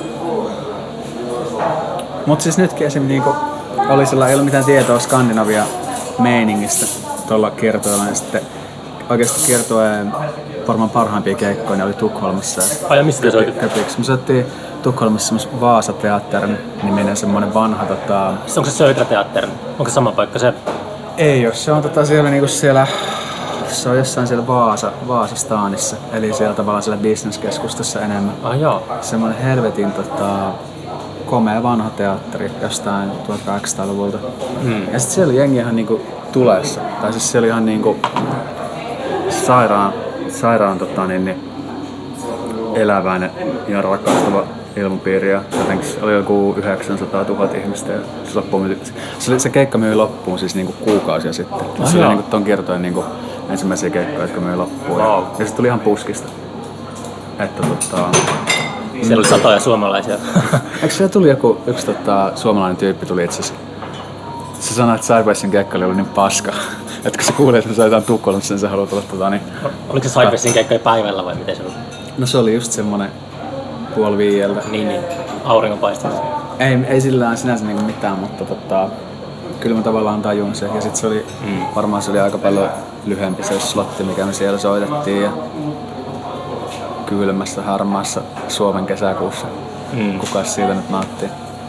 Mut siis nytkin esim. Niinku oli sillä, ei ollut mitään tietoa Skandinavia meiningistä tuolla kiertueella, ja sitten oikeesti kiertueen varmaan parhaimpia keikkoja ne oli Tukholmassa. Ai ja mistä te soititte? Me soittiin Tukholmassa semmos Vaasa-teatterin niminen semmonen vanha tota... Onko se Södra-teatterin? Onko se sama paikka se? Ei oo, se on tota siellä niinku siellä... Se on jossain siellä Vaasa, Vaasastaanissa, eli siellä tavallaan siellä business-keskustassa enemmän. Ah joo. Semmonen helvetin tota... komea vanha teatteri jostain tuhatkahdeksansataaluvulta. Mm. Ja sit siellä oli jengi ihan niinku tulessa. Tai siis se oli ihan niinku sairaan, sairaan tota, niin, niin, eläväinen ja rakastava ilmapiiri. Ja jotenkin oli joku yhdeksänsataatuhatta ihmistä ja se, loppui, se, se keikka myi loppuun siis niinku kuukausia sitten. Ah, se oli niinku ton kiertojen niinku ensimmäisiä keikkoja, jotka myi loppuun. Wow. Ja, ja se tuli ihan puskista. Että tota... Siellä oli satoja suomalaisia. Eikö siellä tuli joku yksi tota, suomalainen tyyppi tuli itse asiassa? Se sanoi, että Sidewayssin keikka oli ollut niin paska. Että kun se kuulee, että me soitetaan Tukholmassa, niin se haluaa tulla tota niin... Oliko se Sidewayssin keikka päivällä vai miten se oli? No se oli just semmonen puoli viieltä. Niin, niin. Auringonpaisteessa. Ei, ei sillään sinänsä niinku mitään, mutta tota... Kyllä mä tavallaan tajun sen. Ja sit se oli... Mm. Varmaan se oli aika paljon lyhyempi se slotti, mikä me siellä soitettiin. Ja kylmässä, harmaassa Suomen kesäkuussa. Mm. Kukas siitä nyt nauttii.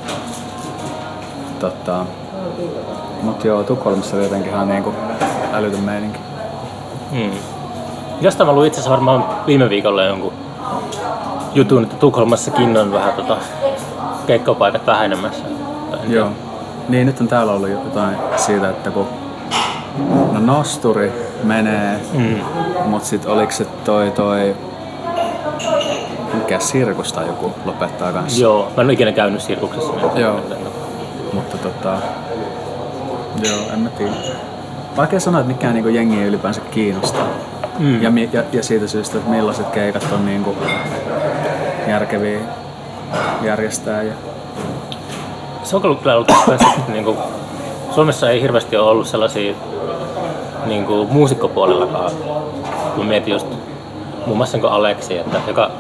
Tota, mut joo, Tukholmassa oli jotenkin ihan niinku älytön meininki. Mm. Jostain mä luin itse asiassa varmaan viime viikolla jonkun jutun, että Tukholmassakin on vähän tota keikkapaikat vähenemässä. Joo. Niin, nyt on täällä ollut jotain siitä, että kun no nosturi menee, mm. mut sit oliks se toi toi mikä sirkus tai joku lopettaa kanssa. Joo, mä en ole ikinä käynyt sirkuksessa. Joo. Mutta tota... Joo, en mä tiedä. Vaikea sanoa, että mikään niinku jengi ylipäänsä kiinnostaa. Mm. Ja, ja, ja siitä syystä, että millaiset keikat on niinku järkeviä järjestää. Ja... Se on kyllä ollut niinku... Suomessa ei hirveästi ole ollut sellaisia niinku muusikkopuolellakaan. Mä mietin just muun muassa niin Aleksi, että joka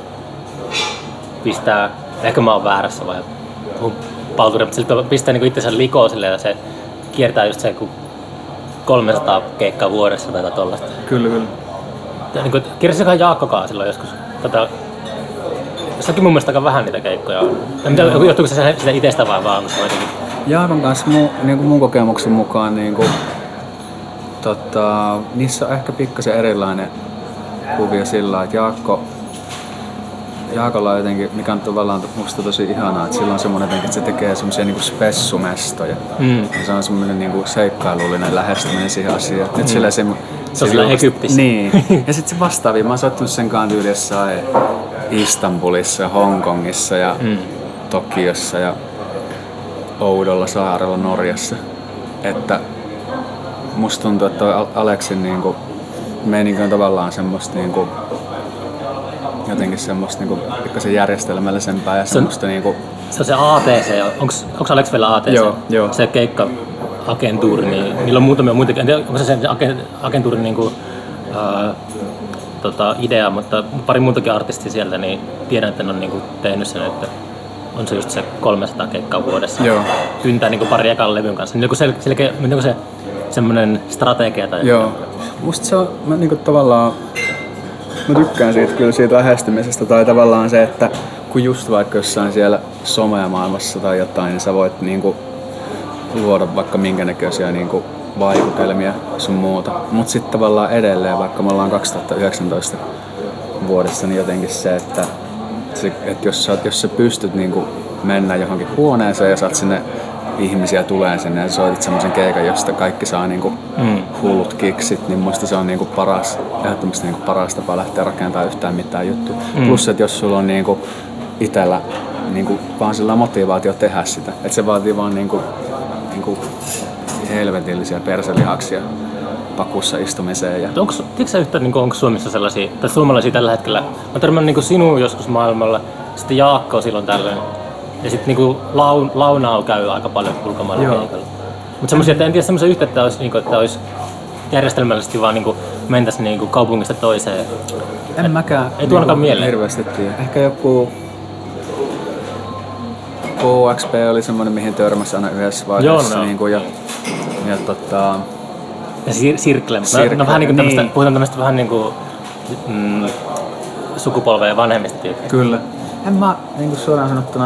pistää, ehkä mä oon väärässä vai puhun palturia, mutta siltä pistää niin itsensä likoon silleen, ja se kiertää just se kolmesataa keikkaa vuodessa tai tollaista. Kyllä, kyllä. Niin kierräsiköhän Jaakkokaan silloin joskus. Tota, sekin mun mielestä aika vähän niitä keikkoja on. Johtuuko se sitä itsestä vai vaan? Jaakon kanssa mu, niin kuin mun kokemuksen mukaan niin kuin, tota, niissä on ehkä pikkasen erilainen kuvia sillä, että Jaakko, Jaakolla on jotenkin, mikä on tavallaan musta tosi ihanaa, että sillä on semmoinen jotenkin, että se tekee semmoisia niinku spessumestoja. Mm. Ja se on semmoinen niinku seikkailullinen lähestyminen siihen asiaan. Mm. Se, se, se on siellä Egyptissä. Niin. Ja sitten se vastaavia. Mä oon soittanut sen kanssa tyyli jossain Istanbulissa ja Hongkongissa ja mm. Tokiossa ja oudolla saarella Norjassa. Että musta tuntuu, että toi Aleksin niinku meininki on tavallaan semmoista niinku jotenkin semmoista niinku pikkasen järjestelmällisempää ja semmoista niinku... Se on se A T C, onks, onks Alex vielä A T C? Joo, joo. Se keikka-agentuuri, niin niillä on muutamia muita, en tiedä onko se se agentuurin niinku, ää, tota, idea, mutta pari muutakin artistia sieltä, niin tiedän, että ne on niinku tehnyt sen, että on se just se kolmesataa keikkaa vuodessa. Joo. Kyntää niinku pari ekan levyn kanssa. Niin sel, selkeä, onko se semmoinen strategia tai... Joo. Musta se on mä niinku tavallaan... Mä tykkään siitä kyllä siitä lähestymisestä tai tavallaan se, että kun just vaikka jossain siellä somemaailmassa tai jotain, niin sä voit niinku luoda vaikka minkä näköisiä niinku vaikutelmia sun muuta. Mut sit tavallaan edelleen, vaikka me ollaan kaksituhattayhdeksäntoista vuodessa, niin jotenkin se, että, se, että jos, sä, jos sä pystyt niin kuin mennä johonkin huoneeseen ja saat sinne ihmisiä tulee sinne ja soitit semmoisen keikan, josta kaikki saa niinku mm. hullut kiksit, niin musta se on niinku paras, ehdottomasti niinku paras tapa lähteä rakentamaan yhtään mitään juttua. Mm. Plus, että jos sulla on niinku itellä niinku vaan sillä motivaatio tehdä sitä, että se vaatii vaan niinku, niinku helvetillisiä perselihaksia pakussa istumiseen. Ja... Onko, tiedätkö sä yhtään, niin onko Suomessa sellaisia, tai suomalaisia tällä hetkellä, mä törmännyt niin sinuun joskus maailmalla, sitten Jaakko silloin tällöin, ja sitten niinku laun, launaa käy aika paljon ulkomailla keikalla. Mutta semmoisia, että en tiedä semmoisia yhteyttä, että olisi, niinku, että olisi järjestelmällisesti vaan niinku mentäisiin niinku kaupungista toiseen. En Et, mäkään ei tule ainakaan mieleen. Hirveästi tiedä. Ehkä joku K X P oli semmoinen, mihin törmäsi aina yhdessä vaiheessa. Joo, no. Niinku, ja, ja tota... Ja sir- Sirkle. Sirkle. No, no, vähän niinku tämmöstä, niin. Puhutaan tämmöistä vähän niinku mm, sukupolveen vanhemmista tyyppiä. Kyllä. En mä niinku suoraan sanottuna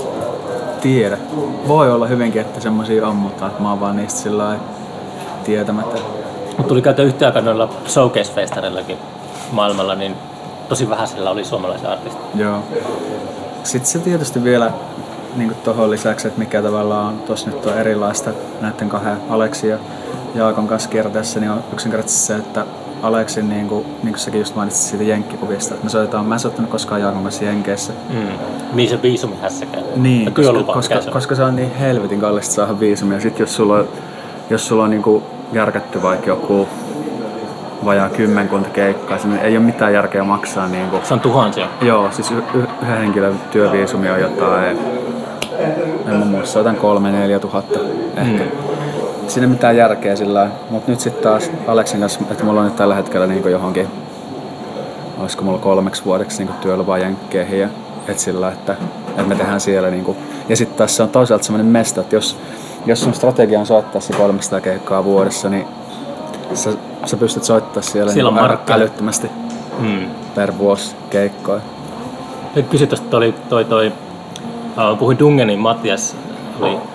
tiedä. Voi olla hyvinkin, että semmosia on, mutta että mä oon vaan niistä sillä tietämättä. Mut tuli käytyä yhtä aikaa noilla showcase-festareillakin maailmalla, niin tosi vähän sillä oli suomalaisia artisteja. Joo. Sitten se tietysti vielä niin tuohon lisäksi, että mikä tavallaan on tossa nyt on erilaista näiden kahden Aleksin ja Jaakon kanssa kiertäessä, niin on yksinkertaisesti se, että Aleksin, niin kuin, niin kuin säkin just mainitsit siitä jenkkikuvista, että me soitetaan, mä en soittanut koskaan Jaakon kanssa Jenkeissä. Mm. Niin se viisumi hässäkään. Niin, koska, koska, koska se on niin helvetin kallista saada viisumia. Sitten jos sulla on, jos sulla on niin kuin järkätty vaikka joku vajaa kymmenkunta keikkaa, niin ei ole mitään järkeä maksaa. Niin kuin, se on tuhansia. Joo, siis y- y- yhden henkilön työviisumi on jotain, en mä muista, jotain kolme, neljä tuhatta ehkä. Mm. Siinä ei mitään järkeä sillä, mutta nyt sitten taas Aleksin kanssa, että mulla on nyt tällä hetkellä niin johonkin, olisiko mulla kolmeksi vuodeksi niin työlupa jenkkeihin ja et sillä, että, että me tehdään siellä niin kuin, ja sitten taas se on toisaalta semmoinen mesta, että jos, jos sun strategia on soittaa se kolmesataa keikkaa vuodessa, niin sä, sä pystyt soittaa siellä, siellä niin älyttömästi mm. per vuosi keikkoja. Nyt kysy tuosta toi, toi, toi uh, puhuin Dungenin Matias, oli, uh,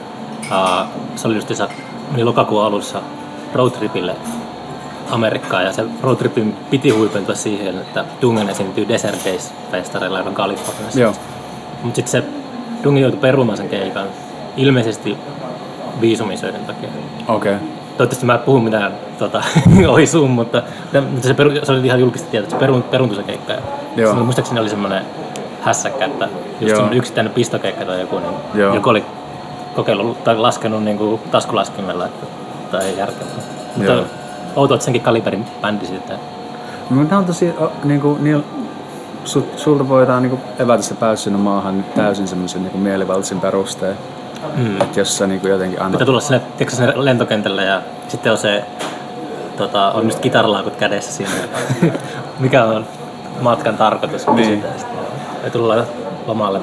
se oli justiinsa meni lokakuun alussa roadtripille Amerikkaan ja se roadtripin piti huipentua siihen, että Dungen esiintyy Desert Days-festareilla, joka on Kaliforniassa. Mutta sitten se Dungen joutui perumaan sen keikan ilmeisesti viisumisöiden takia. Okei. Okay. Toivottavasti mä en puhu mitään tota, ohi sun, mutta, mutta se, peru, se oli ihan julkista tietoa, että se peru, peruntui se keikka. Ja muistaakseni oli semmoinen hässäkkä, että just semmoinen yksittäinen pistokeikka tai joku, niin joku oli kokeillut tai laskenut niin kuin taskulaskimella, että tai ei järkeä. Mutta outoa, että senkin kaliberin bändi sitten. No, tämä on tosi, niin kuin, niin, su, sulta voidaan niin kuin evätä se päässyt maahan täysin semmoisen niin mielivaltaisin perustein. Mm. Että jos sä niin kuin jotenkin annat... Pitää tulla sinne, tiedätkö, sinne lentokentälle ja sitten on se, tota, on just kitarilaukut kädessä siinä. Mikä on matkan tarkoitus? Niin. Ja tullaan lomalle.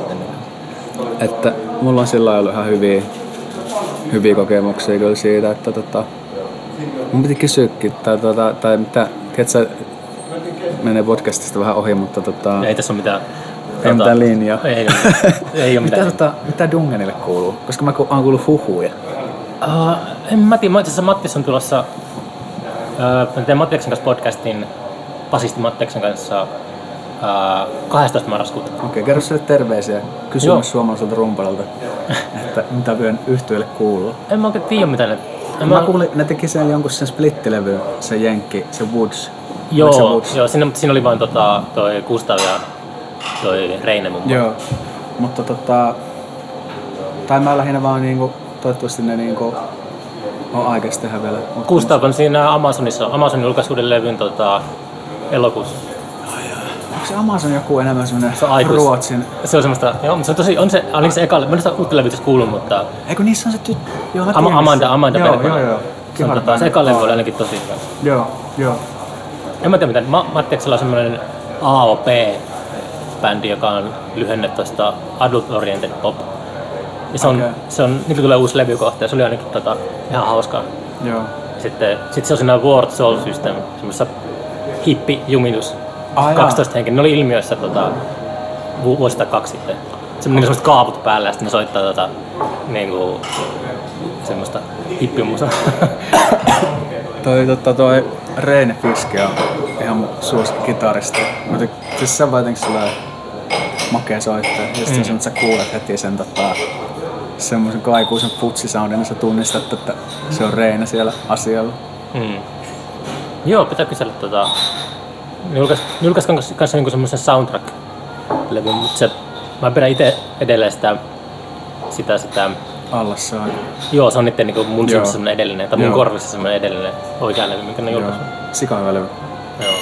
Että mulla on sillä ollut ihan hyviä, hyviä kokemuksia kyllä siitä, että tota, mun piti kysyäkin, tai, tota, tai mitä, tiedätkö, menee podcastista vähän ohi, mutta tota... Ei tässä ole mitään... Ei mitään linjaa. Ei, ei, ei ole mitään. mitä, tota, mitä Dungenille kuuluu? Koska mä oon kuullut huhuja. Uh, en mä tiedä, itse asiassa Mattis on tulossa, uh, mä teen Mattiaksen kanssa podcastin, basisti Mattiaksen kanssa uh, kahdestoista marraskuuta. Okei, okay, kerro sille terveisiä. Kysy myös suomalaiselta rumpalilta, että mitä vyön yhtyeelle kuuluu. En mä oikein tiedä mitä ne... Mä, mä kuulin, ne teki sen jonkun sen splittilevy, se Jenkki, se Woods. Joo, se Woods? Joo, siinä, siinä oli vain tota, toi Gustav ja toi Reine mun Joo, vaan. Mutta tota... Tai mä lähinnä vaan niinku, toivottavasti ne niinku... on aikas tehdä vielä. Gustav on siinä Amazonissa, Amazonin julkaisi uuden levyn tota, elokuussa. Onko se Amazon joku enemmän semmonen se Ruotsin? Se on semmoista, joo, mutta se on tosi, on se, ainakin se eka, mä en sitä uutta levytä kuullut, mutta... Eikö niissä on se tyt... Joo, Am- Amanda, Amanda joo, joo, joo. Se, on, tota, se eka levy oli ainakin tosi hyvä. Joo, joo. En mä tiedä mitään, Ma- Mattiaksella on semmonen A O P-bändi, joka on lyhenne tosta Adult Oriented Pop. Ja se on, okay. se on, nyt tulee uusi levy kohta ja se oli ainakin tota, ihan hauskaa. Joo. Sitten sit se on siinä World Soul System, semmoisessa hippi-jumitus. Ah, kaksitoista henkeä. Ne oli ilmiössä tota, vu- vuosi tai kaksi sitten. Se on semmoiset kaaput päällä ja sitten ne soittaa tota, niinku, semmoista hippimusaa. Toi, tota, toi Reine Fiske on ihan mun suosikkikitaristi. Mä tyk- siis se on jotenkin sellainen makea soittaja. Ja sitten mm. sen, että sä kuulet heti sen tota, semmoisen kaikuisen futsisoundin, niin sä tunnistat, että se on Reine siellä asialla. Mm. Joo, pitää kysellä tota... Julkais, julkaiskaan kanssa niinku semmoisen soundtrack-levyn, mutta se... Mä pidän ite edelleen sitä... Sitä, sitä... Allassaan. Joo, se on niitten niinku mun silmissä semmonen edellinen, tai mun Joo. korvissa semmonen edellinen oikea levy, minkä ne julkaisi. Sika hyvä levy. Joo.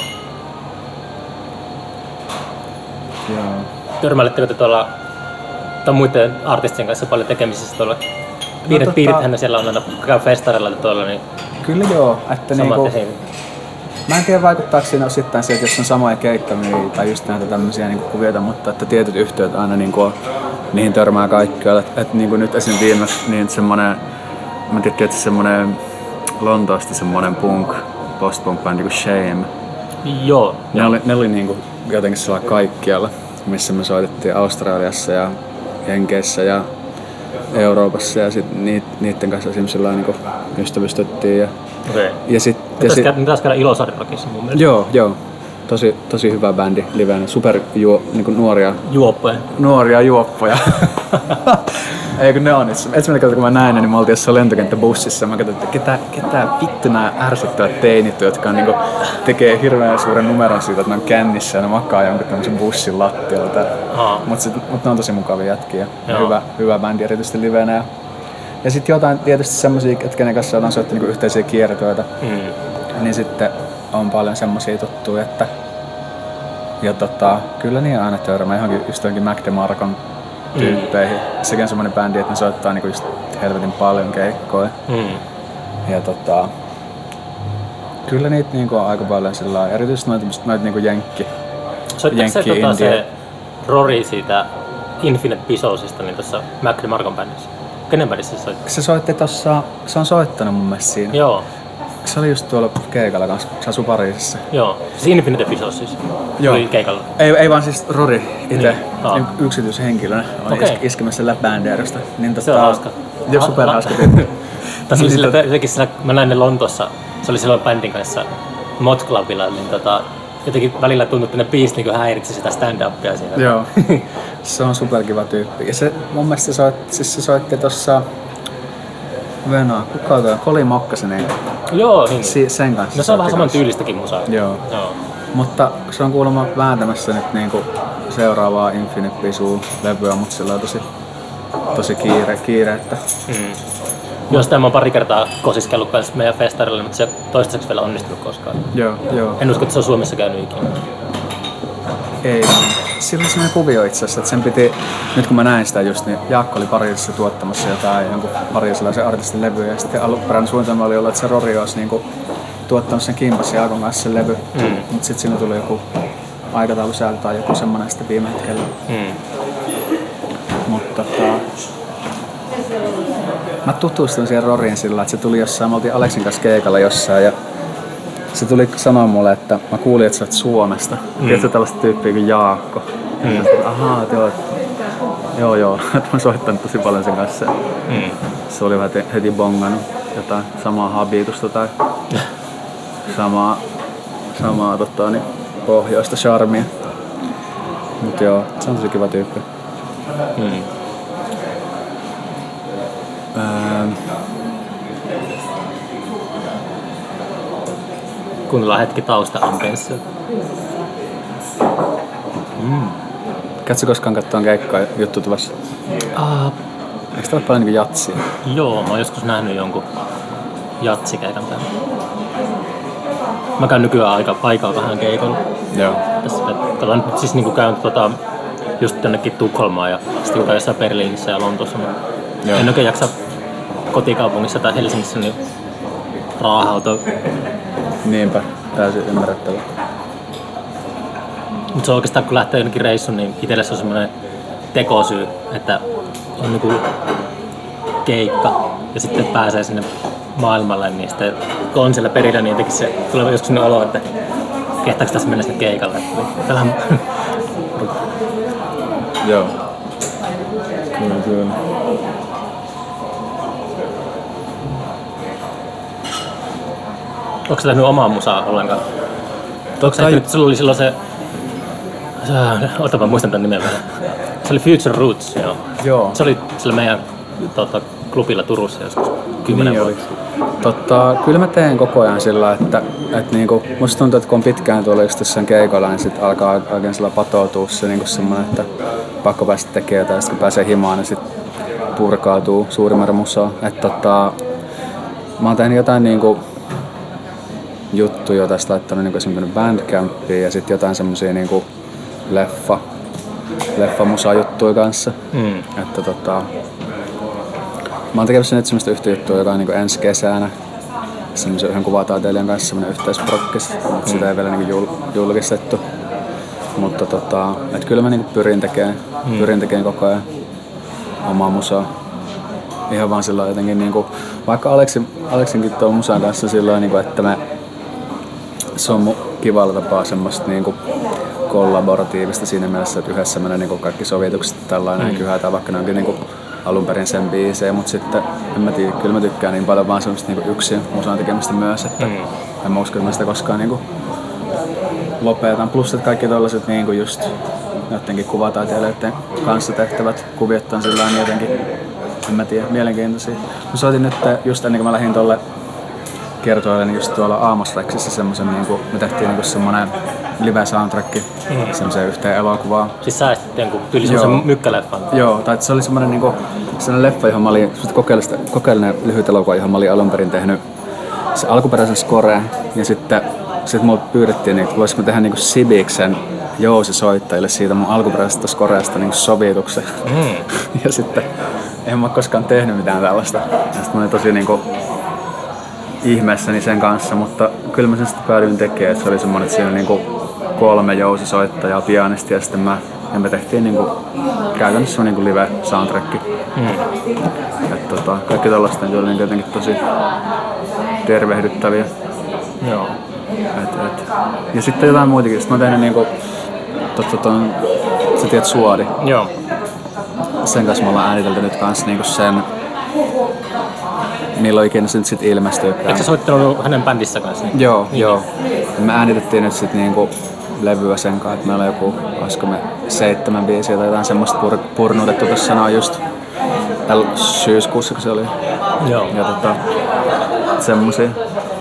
Joo. Törmäilettekö te tuolla... Tai muiden artistien kanssa paljon tekemisissä tuolla? Piirit, no, piirithän tota... siellä on aina, käy festareilla tuolla, niin... Kyllä joo, että niinku... Mä en tiedä vaikuttaako siinä osittain se, että jos on samoja keikkamia tai just näitä tämmöisiä niinku kuvioita, mutta että tietyt yhtiöt aina niinku on, niihin törmää kaikkialla. Että et, niinku nyt esim. Viimeksi niin semmonen, mä tiedän tietysti semmonen Lontoosta semmonen punk, post-punk bändi kuin Shame. Joo. Ne oli, ne oli niinku jotenkin sellainen kaikkialla, missä me soitettiin Australiassa ja Jenkeissä ja Euroopassa ja sit niitten kanssa esimerkiksi niinku ystävystyttiin. Ja, okay. ja sit, ja sit, ne taisi käydä Ilosaarirakissa mun mielestä. Joo, joo. Tosi, tosi hyvä bändi livenä. Super juo, niinku nuoria... Juoppoja. Nuoria juoppoja. Eikö ne on? Ensimmäinen kerta kun mä näin ne, niin me oltiin jossain lentokenttäbussissa. Mä katsoin, että ketä, ketä vittu nää ärsyttävät teinit, jotka on, niinku, tekee hirveän suuren numeron siitä, että ne on kännissä ja ne makaa jonkun tämmösen bussin lattialta. Mutta mut ne on tosi mukavia jätkiä. Hyvä, hyvä bändi erityisesti livenä. Ja, ja sitten jotain tietysti semmosia, kenen kanssa ollaan soittu niinku yhteisiä kiertoita. Mm. Niin sitten on paljon semmosia tuttuja, että ja tota, kyllä niin aina törmää johonkin just johonkin Mac DeMarcon tyyppeihin. Mm. Sekin on semmonen bändi, että ne soittaa niinku just helvetin paljon keikkoja. Mm. Ja tota, kyllä niitä niinku on aika paljon sillä lailla, erityisesti noita, noita niinku jenkki. Soittaako se, tota, se Rory siitä Infinite Pissosista niin tossa Mac DeMarcon bändissä? Kenen bändissä se soitti? Se soitti tossa, se on soittanut mun mielestä siinä. Joo. Se oli just tuolla keikalla kanssa, se asui Pariisissa. Joo, siis Infinite Pissos siis. Joo. Oli keikalla. Ei, ei vaan siis Rory itse, niin. yksityishenkilönä, oli okay. iskemässä läpbändeerosta. Niin se on hauska. Joo, superhauska tyyppi. Tässä oli sillä, jotenkin sillä, mä näin ne Lontoossa, se oli silloin bändin kanssa Mod Clubilla, niin tota, jotenkin välillä tuntui, että ne biisit niin häiritsi sitä stand-upia siinä. Joo, se on superkiva tyyppi. Ja se mun mielestä se soitti, siis se soitti tossa Venä, kuka on tuo? Koli Mokkasen. Joo, niin. Si- sen kanssa. No se on vähän saman tyylistäkin musaa. Joo. Joo. Mutta se on kuulemma vääntämässä nyt niinku seuraavaa Infinite Pissu-levyä, mutta sillä on tosi, tosi kiire, kiire että... Mm. Joo, sitä mä oon pari kertaa kosiskellut kanssa meidän festarille, mutta se toistaiseksi vielä onnistunut koskaan. Joo, joo. En usko, että se on Suomessa käynyt ikinä. Ei. Sillä oli sellainen kuvio itse asiassa, että sen piti, nyt kun mä näin sitä just, niin Jaakko oli Pariisissa tuottamassa jotain jonkun pariisilaisen artistin levyä ja sitten alkuperäinen suunnitelma oli olla, että se Rory olisi niinku tuottanut sen Kimpas ja Jaakon kanssa sen levy, mm. mutta sitten siinä tuli joku aikataulusäädö tai joku semmoinen sitten viime hetkellä. Mm. Mutta tota, mä tutustuin siihen Roryin sillä, että se tuli jossain, me oltiin Aleksin kanssa keikalla jossain ja se tuli sanoa mulle, että mä kuulin, että sä oot Suomesta. Mm. Tiedätkö tällaista tyyppiä kuin Jaakko? Mm. Ja sitten, ahaa, joo, joo, joo. Mä oon soittanut tosi paljon sen kanssa. Mm. Se oli heti, heti bongannut jotain samaa habitusta tai samaa, samaa tota, niin, pohjoista charmia. Mut joo, se on tosi kiva tyyppi. Mm. Ähm. Kuunnellaan hetki tausta-ambienssia. Mm. Katso koskaan katsoa keikkaa juttutuvassa? Uh, Eikö tää ole paljon niinku jatsia? Joo, mä oon joskus nähnyt jonkun jatsikeikan täällä. Mä käyn nykyään aika aikaa vähän keikolla. Joo. Tässä katsotaan nyt siis niinku käyn tota, just jonnekin Tukholmaan ja sitten käyn jossain Berliinissä ja Lontoossa. En oikein jaksa kotikaupungissa tai Helsingissä niin raahautua. Niinpä, täysin ymmärrettävä. Mutta se oikeastaan kun lähtee jonnekin reissuun, niin itselle se on semmoinen tekosyy, että on niinku keikka ja sitten pääsee sinne maailmalle, niin sitten kun on siellä perillä, niin jotenkin se tulee joskus sinne olo, että kehtaako tässä mennä sinne keikalle. Tällainen... Joo. Kyllä, kyllä. Onko sä tehnyt omaa musaa ollenkaan? Onko sä tehnyt, sulla oli silloin se... Ota mä muistan tän nimen vähän. Se oli Future Roots, joo. Joo. Se oli sillä meidän tota, klubilla Turussa joskus kymmenen niin vuotta. Totta, kyllä mä teen koko ajan sillä, että, että niinku, musta tuntuu, että kun on pitkään tuolla just jossain keikolla, niin sit alkaa oikein sillä patoutua se niinku semmoinen, että pakko päästä tekemään jotain, ja sit kun pääsee himaan, niin sit purkautuu suuri määrä musaa. Että tota, mä oon tehnyt jotain niinku juttuja, tästä laittanut niinku esimerkiksi Bandcampiin ja sit jotain semmosia niinku leffa, leffa juttuja kanssa. Mm. Että tota, mä oon tekemässä nyt semmoista yhtä juttua, joka on niinku ensi kesänä. Semmoisen yhden kuvataiteilijan kanssa semmoinen yhteisprokkis, mutta mm. sitä ei vielä niinku jul, julkistettu. Mutta tota, et kyllä mä niinku pyrin tekemään, mm. pyrin tekemään koko ajan omaa musaa. Ihan vaan sillä jotenkin niinku, vaikka Aleksin, Aleksinkin tuon musan kanssa sillä niinku, että me, se on kivalla tapaa semmoista niinku kollaboratiivista siinä mielessä, että yhdessä menee niinku kaikki sovitukset tällainen mm. kyhätään, vaikka ne onkin niinku alun perin sen biisejä, mutta sitten en mä tiedä, kyllä mä tykkään niin paljon vaan semmoista niinku yksin musan tekemistä myös, että mm. en mä usko, että mä sitä koskaan niinku lopetan. Plus, että kaikki tollaset niinku just jotenkin kuvataiteilijoiden kanssa tehtävät kuviot on sillä niin jotenkin, en mä tiedä, mielenkiintoisia. Mä soitin nyt just ennen kuin mä lähdin tolle kertoille, niin just tuolla Amos Rexissa semmosen niinku, me tehtiin niinku semmonen live soundtrack mm. semmoiseen yhteen elokuvaan. Siis säästettiin jonkun tyyli semmosen mykkäleffan? Joo, tai se oli semmonen niinku, semmonen leffa, johon mä olin, kokeellinen lyhyt elokuva, johon mä olin alun perin tehnyt se alkuperäisen score, ja sitten sit mulla pyydettiin, että voisiko tehdä niinku Sibiksen jousisoittajille siitä mun alkuperäisestä scoreesta niinku sovituksen. Mm. Ja sitten en mä oo koskaan tehnyt mitään tällaista. Ja sit mä olin tosi niinku ihmeessäni sen kanssa, mutta kyllä mä sen sitten päädyin tekemään, että se oli semmonen, että siinä oli niinku kolme jousisoittajaa, pianisti ja sitten mä, ja me tehtiin niinku käytännössä niinku live soundtrack. Mm. Et tota, kaikki tällaista oli niinku jotenkin tosi tervehdyttäviä. Joo. Et, et. Ja sitten jotain muitakin. Sitten mä oon tehnyt niinku, totta ton, sä tiedät Suodi. Joo. Sen kanssa me ollaan äänitelty nyt kans niinku sen, milloin ikinä se nyt sit ilmestyy. Eikö sä soittanut hänen bändissä kanssa? Niin? Joo, niin, joo. Niin. Me äänitettiin nyt sit niinku levyä sen kanssa, että meillä on joku, olisiko me seitsemän biisiä tai jotain semmoista pur, purnuutettu tossa noin just tällä syyskuussa, kun se oli. Joo. Ja tota, semmosia.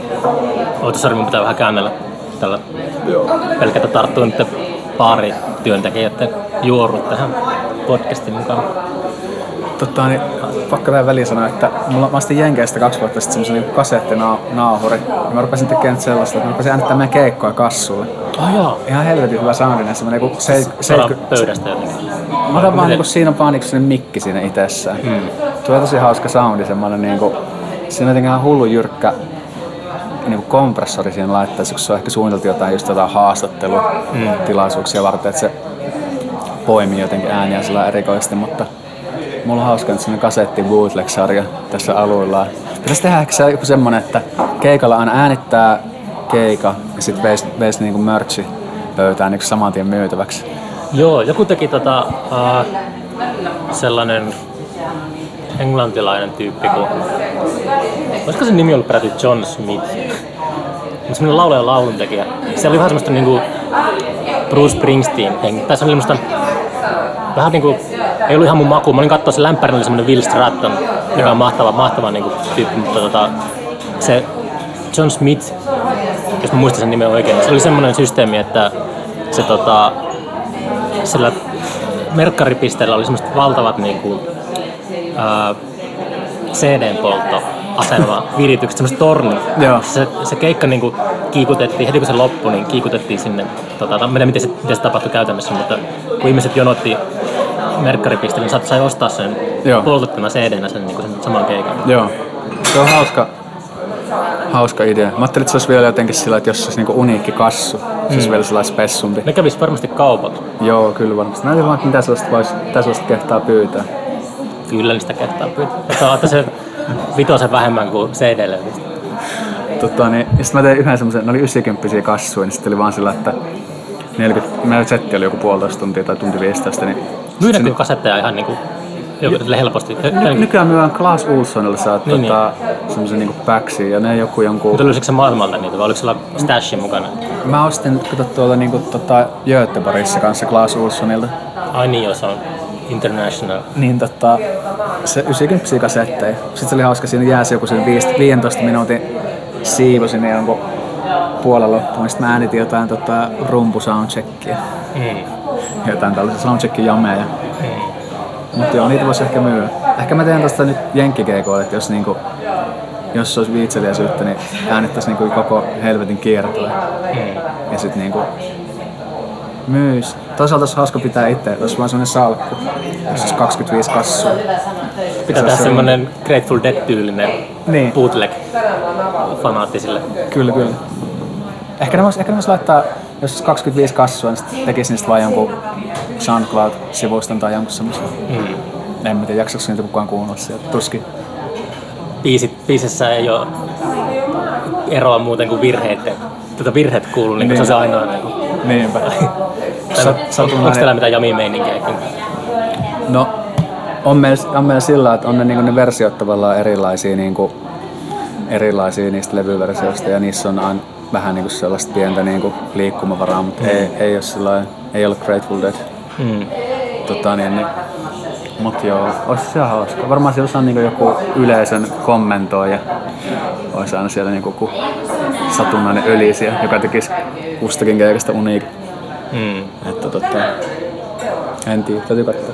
Oota, sori, mun pitää vähän käännellä tällä pelkätä tarttua nyt baarityöntekijöiden juorut tähän podcastin mukaan. Totta, niin pakko tähän väliin sanoa, että mulla, mä astin Jenkeistä kaksi vuotta sitten semmosen niin kasettinauhuri. Ja mä rupesin tekemään sellaista, että mä rupesin äänittämään meidän keikkoja kassulle. Oh, joo. Ihan helvetin hyvä soundinen, semmonen joku seitsemänkymmentä pöydästä jotenkin. Mä otan vaan niinku, siinä on vaan niinku semmonen mikki siinä itsessään. Hmm. Tulee tosi hauska soundi, semmonen niinku, siinä on jotenkin ihan hullu jyrkkä niinku kompressori siinä laitteessa, kun se on ehkä suunniteltu jotain just jotain haastattelutilaisuuksia hmm. varten, että se poimii jotenkin ääniä sillä erikoisesti, mutta mulla on hauska, että semmonen kasetti bootleg-sarja tässä aluillaan. Pitäis tehdä ehkä se joku semmonen, että keikalla aina äänittää keika ja sit veis, veis niinku merchi pöytään niinku saman tien myytäväksi. Joo, joku teki tota uh, sellainen englantilainen tyyppi, kun olisiko sen nimi ollut peräti John Smith? Semmoinen laulaja ja lauluntekijä. Se oli vähän semmoista niinku Bruce Springsteen henki. Tai se oli semmoista vähän niinku, ei ollut ihan mun maku. Mä olin kattoo se lämpärin oli semmoinen Will Stratton, joka on mahtava, mahtava niinku tyyppi, mutta tota, se John Smith, jos mä muistan sen nimen oikein, se oli semmoinen systeemi, että se tota, sillä merkkaripisteellä oli semmoiset valtavat niinku ää, C D-polttoasenema viritykset, semmoiset tornit. Se, se keikka niinku kiikutettiin, heti kun se loppui, niin kiikutettiin sinne, tota, mä en tiedä miten se, miten se tapahtui käytännössä, mutta kun ihmiset jonotti merkkaripisteelle, niin sai ostaa sen poltettuna C D-nä sen, niin sen saman keikan. Joo, se on hauska, hauska idea. Mä ajattelin, että se olisi vielä jotenkin sillä, että jos se olisi niinku uniikki kassu, se mm. olisi vielä sellainen spessumpi. Ne kävis varmasti kaupat. Joo, kyllä varmasti. Näytin vaan, että mitä sellaista, vois, mitä sellaista kehtaa pyytää. Kyllä niistä kehtaa pyytää. Mutta otta se vitosen vähemmän kuin C D-levistä. Totta, niin, ja sitten mä tein yhden semmoisen, ne oli yhdeksänkymppisiä kassuja, niin sitten oli vaan sillä, että neljäkymmentä, meidän setti oli joku puolitoista tuntia tai tunti viisitoista. Niin myydäänkö kasetteja ihan niinku joka helposti. Ny- nykyään myydään Clas Ohlsonilla saat niin, tota, niin. semmosen niinku backsin ja ne joku jonkun... Mutta löysikö se maailmalta niitä vai oliko sillä Stashin mukana? Mä ostin kato tuolta niinku tota Göteborgissa kanssa Clas Ohlsonilta. Ai niin joo, se on international. Niin tota, se yhdeksänkymmentä kasetteja. Sitten se oli hauska, siinä jääsi joku sen viisitoista minuutin siivu sinne jonkun puolella loppuun. Sitten mä äänitin jotain tota rumpusoundcheckia. Mm. Jotain tällaisia soundcheckin jameja. Mm. Mutta joo, niitä voisi ehkä myydä. Ehkä mä teen tosta nyt jenkkikeikoille, että jos niinku, jos olisi viitseliäisyyttä, niin äänittäisi niinku koko helvetin kiertoa. Mm. Ja sit niinku myys. Toisaalta olisi hauska pitää itse, jos vaan semmonen salkku, jos olisi kaksikymmentäviisi kassua. Pitää tehdä semmonen Grateful Dead-tyylinen niin. bootleg-fanaattisille. Kyllä, kyllä. Ehkä ne vois, ehkä ne vois laittaa, jos olisi kaksikymmentäviisi kassua, niin tekisi niistä vaan jonkun SoundCloud-sivuston tai jonkun semmoisen. Mm. En mä tiedä, jaksaks niitä kukaan kuunnella sieltä, tuskin. Biisit, biisissä ei oo eroa muuten kuin virheet. Tätä virheet kuuluu, niin, niin. Se on se ainoa. Niin niinpä. Onko teillä mitään jami-meininkiä? No, on meillä, on meillä sillä, että on ne, niin ne versiot tavallaan erilaisia, niin kuin, erilaisia niistä levyversioista ja niissä on aina vähän niin kuin sellaista pientä niin kuin liikkumavaraa, mutta mm. ei, ei, ole sellainen, ei ole Grateful Dead. Mm. Tota, niin, niin, mut joo, olisi se hauska. Varmaan siellä on niin joku yleisön kommentoija. Olisi aina siellä niin joku satunnainen ölisiä, joka tekisi kustakin keikasta uniikin. Mm. Että tota, en tiedä, täytyy katsoa.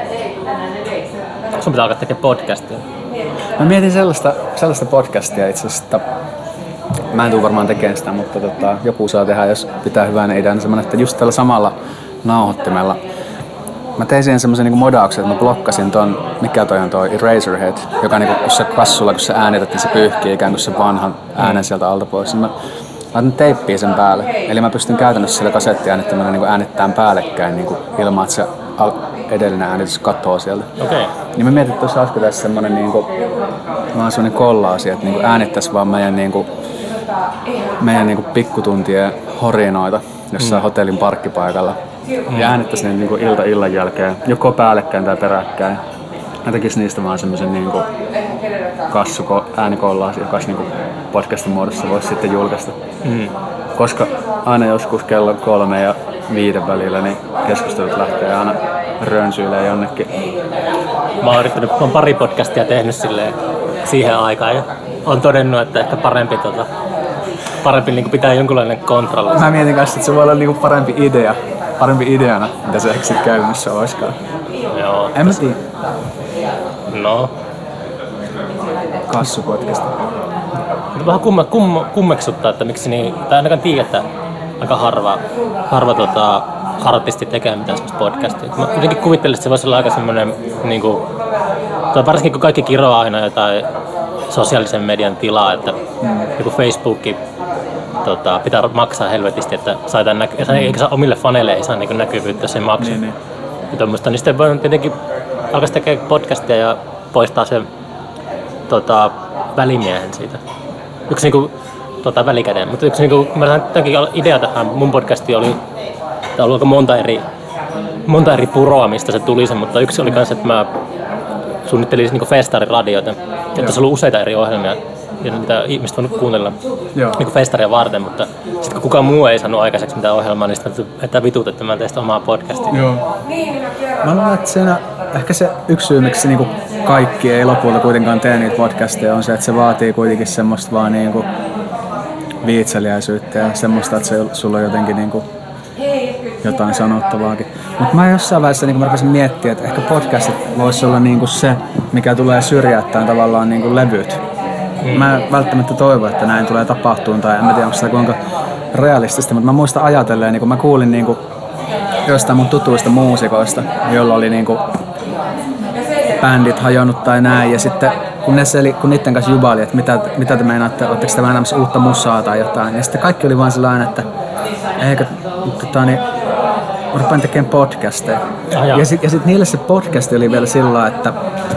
Sun pitää alkaa tekemään podcastia. Mä mietin sellaista, sellaista podcastia itse asiassa, että mä en tule varmaan tekemään sitä, mutta tota, joku saa tehdä, jos pitää hyvänä idean. Semmoinen, että just tällä samalla nauhoittimella mä tein siihen semmoisen niinku modauksen, että mä blokkasin ton, mikä toi on toi Eraserhead, joka niinku, kun se kassulla, kun se äänität, niin se pyyhkii ikään kuin se vanhan äänen sieltä alta pois. Mä laitan teippiä sen päälle. Eli mä pystyn käytännössä sillä kasettiäänittämällä niinku äänittämään päällekkäin niinku, ilman, että se al- edellinen äänitys katoo sieltä. Okay. Niin mä mietin, että tuossa olisiko tässä semmonen niinku, vaan semmonen kollaasi, että niinku äänittäis vaan meidän niinku, meidän niinku pikkutuntien horinoita jossain mm. hotellin parkkipaikalla. Mm. Ja äänittäis ne niinku ilta illan jälkeen, joko päällekkäin tai peräkkäin. Mä tekis niistä vaan semmosen niinku kassuko äänikollaasi, joka niinku podcastin muodossa voisi sitten julkaista. Mm. Koska aina joskus kello kolme ja viiden välillä niin keskustelut lähtee aina rönsyilee jonnekin. Mä oon yrittänyt, mä oon pari podcastia tehnyt silleen siihen aikaan ja oon todennut, että ehkä parempi, tota, parempi niin pitää jonkunlainen kontrolli. Mä mietin kanssa, että se voi olla niin parempi idea, parempi ideana, mitä se ehkä sit käytännössä olisikaan. Joo. En mä tiedä. No. Kassupodcast. Vähän kumme, kumme, kummeksuttaa, että miksi niin, tai ainakaan tiedä, että aika harva, harva tota, artisti tekee mitään semmoista podcastia. Mä jotenkin kuvittelisin, että se voisi olla aika semmoinen, niin kuin, tai varsinkin kun kaikki kiroaa aina jotain sosiaalisen median tilaa, että mm. joku Facebookki tota, pitää maksaa helvetisti, että saa näky- mm. eikä saa omille faneille ei saa niin näkyvyyttä, jos ei maksa. Niin, niin. Ja niin sitten voi tietenkin alkaisi tekemään podcastia ja poistaa sen tota, välimiehen siitä. Yksi niinku tota, välikäden, mutta yksi niinku, mä sain idea tähän mun podcastiin oli, tää oli aika monta eri, monta eri puroa, mistä se tuli se, mutta yksi oli kans, että mä suunnittelin niinku festariradioita, että se oli useita eri ohjelmia, ja mitä ihmiset voinut kuunnella niinku festaria varten, mutta sitten kun kukaan muu ei saanut aikaiseksi mitään ohjelmaa, niin sitten että vitut, että mä teen sitä omaa podcastia. Joo. Mä luulen, että siinä ehkä se yksi syy, miksi niinku kaikki ei lopulta kuitenkaan tee niitä podcasteja, on se, että se vaatii kuitenkin semmoista vaan niinku viitseliäisyyttä ja semmoista, että se, sulla on jotenkin niinku jotain sanottavaakin. Mutta mä jossain vaiheessa niinku mä rupesin miettimään, että ehkä podcastit voisi olla niinku se, mikä tulee syrjäyttäen tavallaan niinku levyt. Mm. Mä en välttämättä toivo, että näin tulee tapahtumaan, tai en tiedä, onko sitä kuinka realistista, mutta mä muistan ajatelleen, niin kun mä kuulin niin kun jostain mun tutuista muusikoista, joilla oli niin kun bändit hajonnut tai näin, ja sitten kun ne seli, kun niiden kanssa jubaili, että mitä, mitä te meinaatte, ootteko te vähän uutta musaa tai jotain, ja sitten kaikki oli vaan sellainen, että eikö, tota, niin, mä rupean tekemään podcasteja. Ah, ja sitten sit niille se podcast oli vielä sillä, että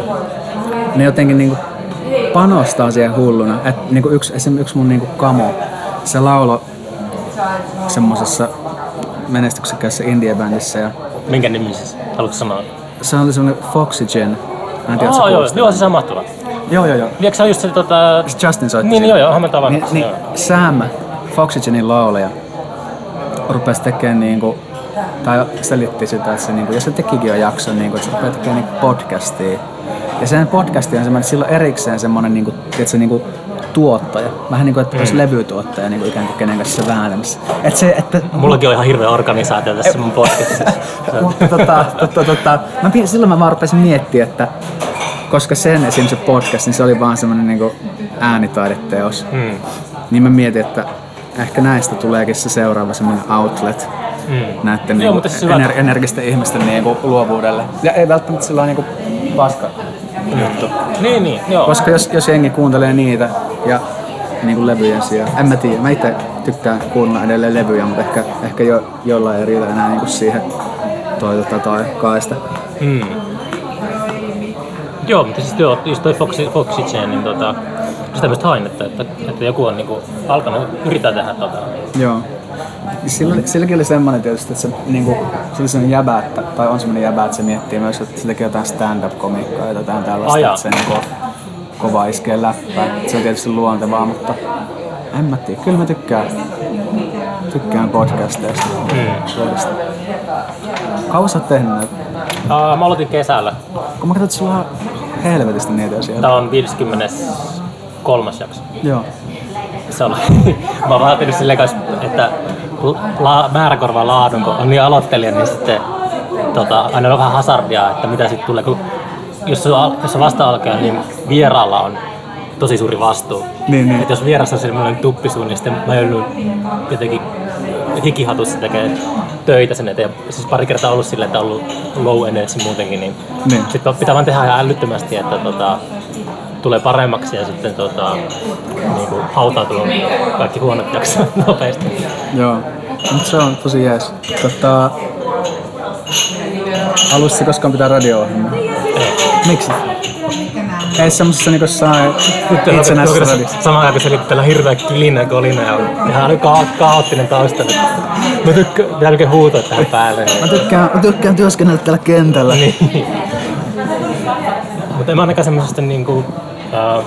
ne jotenkin niinku panostaa siihen hulluna. Et niinku yksi, esimerkiksi yksi mun niinku kamo, se lauloi semmosessa menestyksekkäässä indie-bändissä. Ja minkä nimisessä? Haluatko sanoa? Se oli semmonen Foxygen Mä en tiedä, oh, joo, joo, se on mahtava. Joo, joo, joo. Liekö se on just se tota... Se Justin soitti Niin, joo, joo, onhan mä tavannut. Niin, niin Sam, Foxygenin laulaja, rupesi tekemään niinku, tai selitti sitä, että se niinku, ja se tekikin jo jakson, niinku, että se rupeaa tekemään niinku podcastia. Ja sen podcasti on semmoinen, että sillä on erikseen semmoinen niinku, tiedätkö, niinku, tuottaja. Vähän niinku, että mm. olisi levytuottaja niinku, ikään kuin kenen kanssa se vääntämässä. Et se, että... Mullakin on ihan hirveä organisaatio tässä mun podcastissa. Mutta tota, tota, tota, mä, silloin mä vaan rupesin miettimään, että koska sen esim. Se podcast, niin se oli vaan semmoinen niinku äänitaideteos. Mm. Niin mä mietin, että ehkä näistä tuleekin se seuraava semmoinen outlet mm. näiden Joo, niinku ener- energisten ihmisten niinku luovuudelle. Ja ei välttämättä sillä niinku paska juttu. Niin, niin, joo. Koska jos, jos jengi kuuntelee niitä ja niinku levyjen sijaan, en mä tiedä, mä itse tykkään kuunnella edelleen levyjä, mutta ehkä, ehkä jo, jollain ei riitä enää niinku siihen toi, tota, toi kaista. Mm. Joo, mutta siis joo, just toi Foxy, Foxygen, niin tota, sitä myös hain, että, että, että joku on niinku alkanut yrittää tehdä tota. Joo. Sillä, silläkin oli semmoinen tietysti, että se, niinku, se oli semmoinen jäbä, että, tai on semmoinen jäbä, että se miettii myös, että se tekee jotain stand-up-komiikkaa ja jotain tällaista, Aja. Että se niinku kova iskee läppää. Se on tietysti luontevaa, mutta en mä tiedä. Kyllä mä tykkään, tykkään podcasteista. Mm. Kauan sä oot tehnyt näitä? Uh, mä aloitin kesällä. Kun mä katsoin, että sulla on helvetistä niitä siellä. Tää on viideskymmeneskolmas jakso. Joo. Se on, mä oon vaatinut silleen kanssa, että la, määrä korvaa laadun, kun on niin aloittelija, niin sitten tota, aina on vähän hazardia, että mitä sitten tulee. Kun, jos, on, jos on vasta-alkea, niin vieraalla on tosi suuri vastuu. Niin, niin. Et jos vierassa on sellainen tuppisuu, niin sitten mä joudun jotenkin hikihatussa tekemään töitä sen eteen. Siis pari kertaa ollut silleen, että on ollut low energy muutenkin, niin, niin. Sitten pitää vaan tehdä ihan älyttömästi, että tota, tulee paremmaksi ja sitten tota, niinku, hautautuu kaikki huonot jaksot nopeasti. Joo, mutta se on tosi jees. Tota, haluaisitko koskaan pitää radio-ohjelmaa? Ei. Miksi? Ei semmosessa niinku jossain itsenäisessä radiossa. Samaan aikaan se oli tällä hirveä kilinä ja kolina ja ihan oli ka- kaoottinen tausta. Mä tykkään, pitää oikein huutaa tähän päälle. Mä tykkään, mä tykkään työskennellä tällä kentällä. Niin. Mutta en mä ainakaan semmosesta niinku... Uh,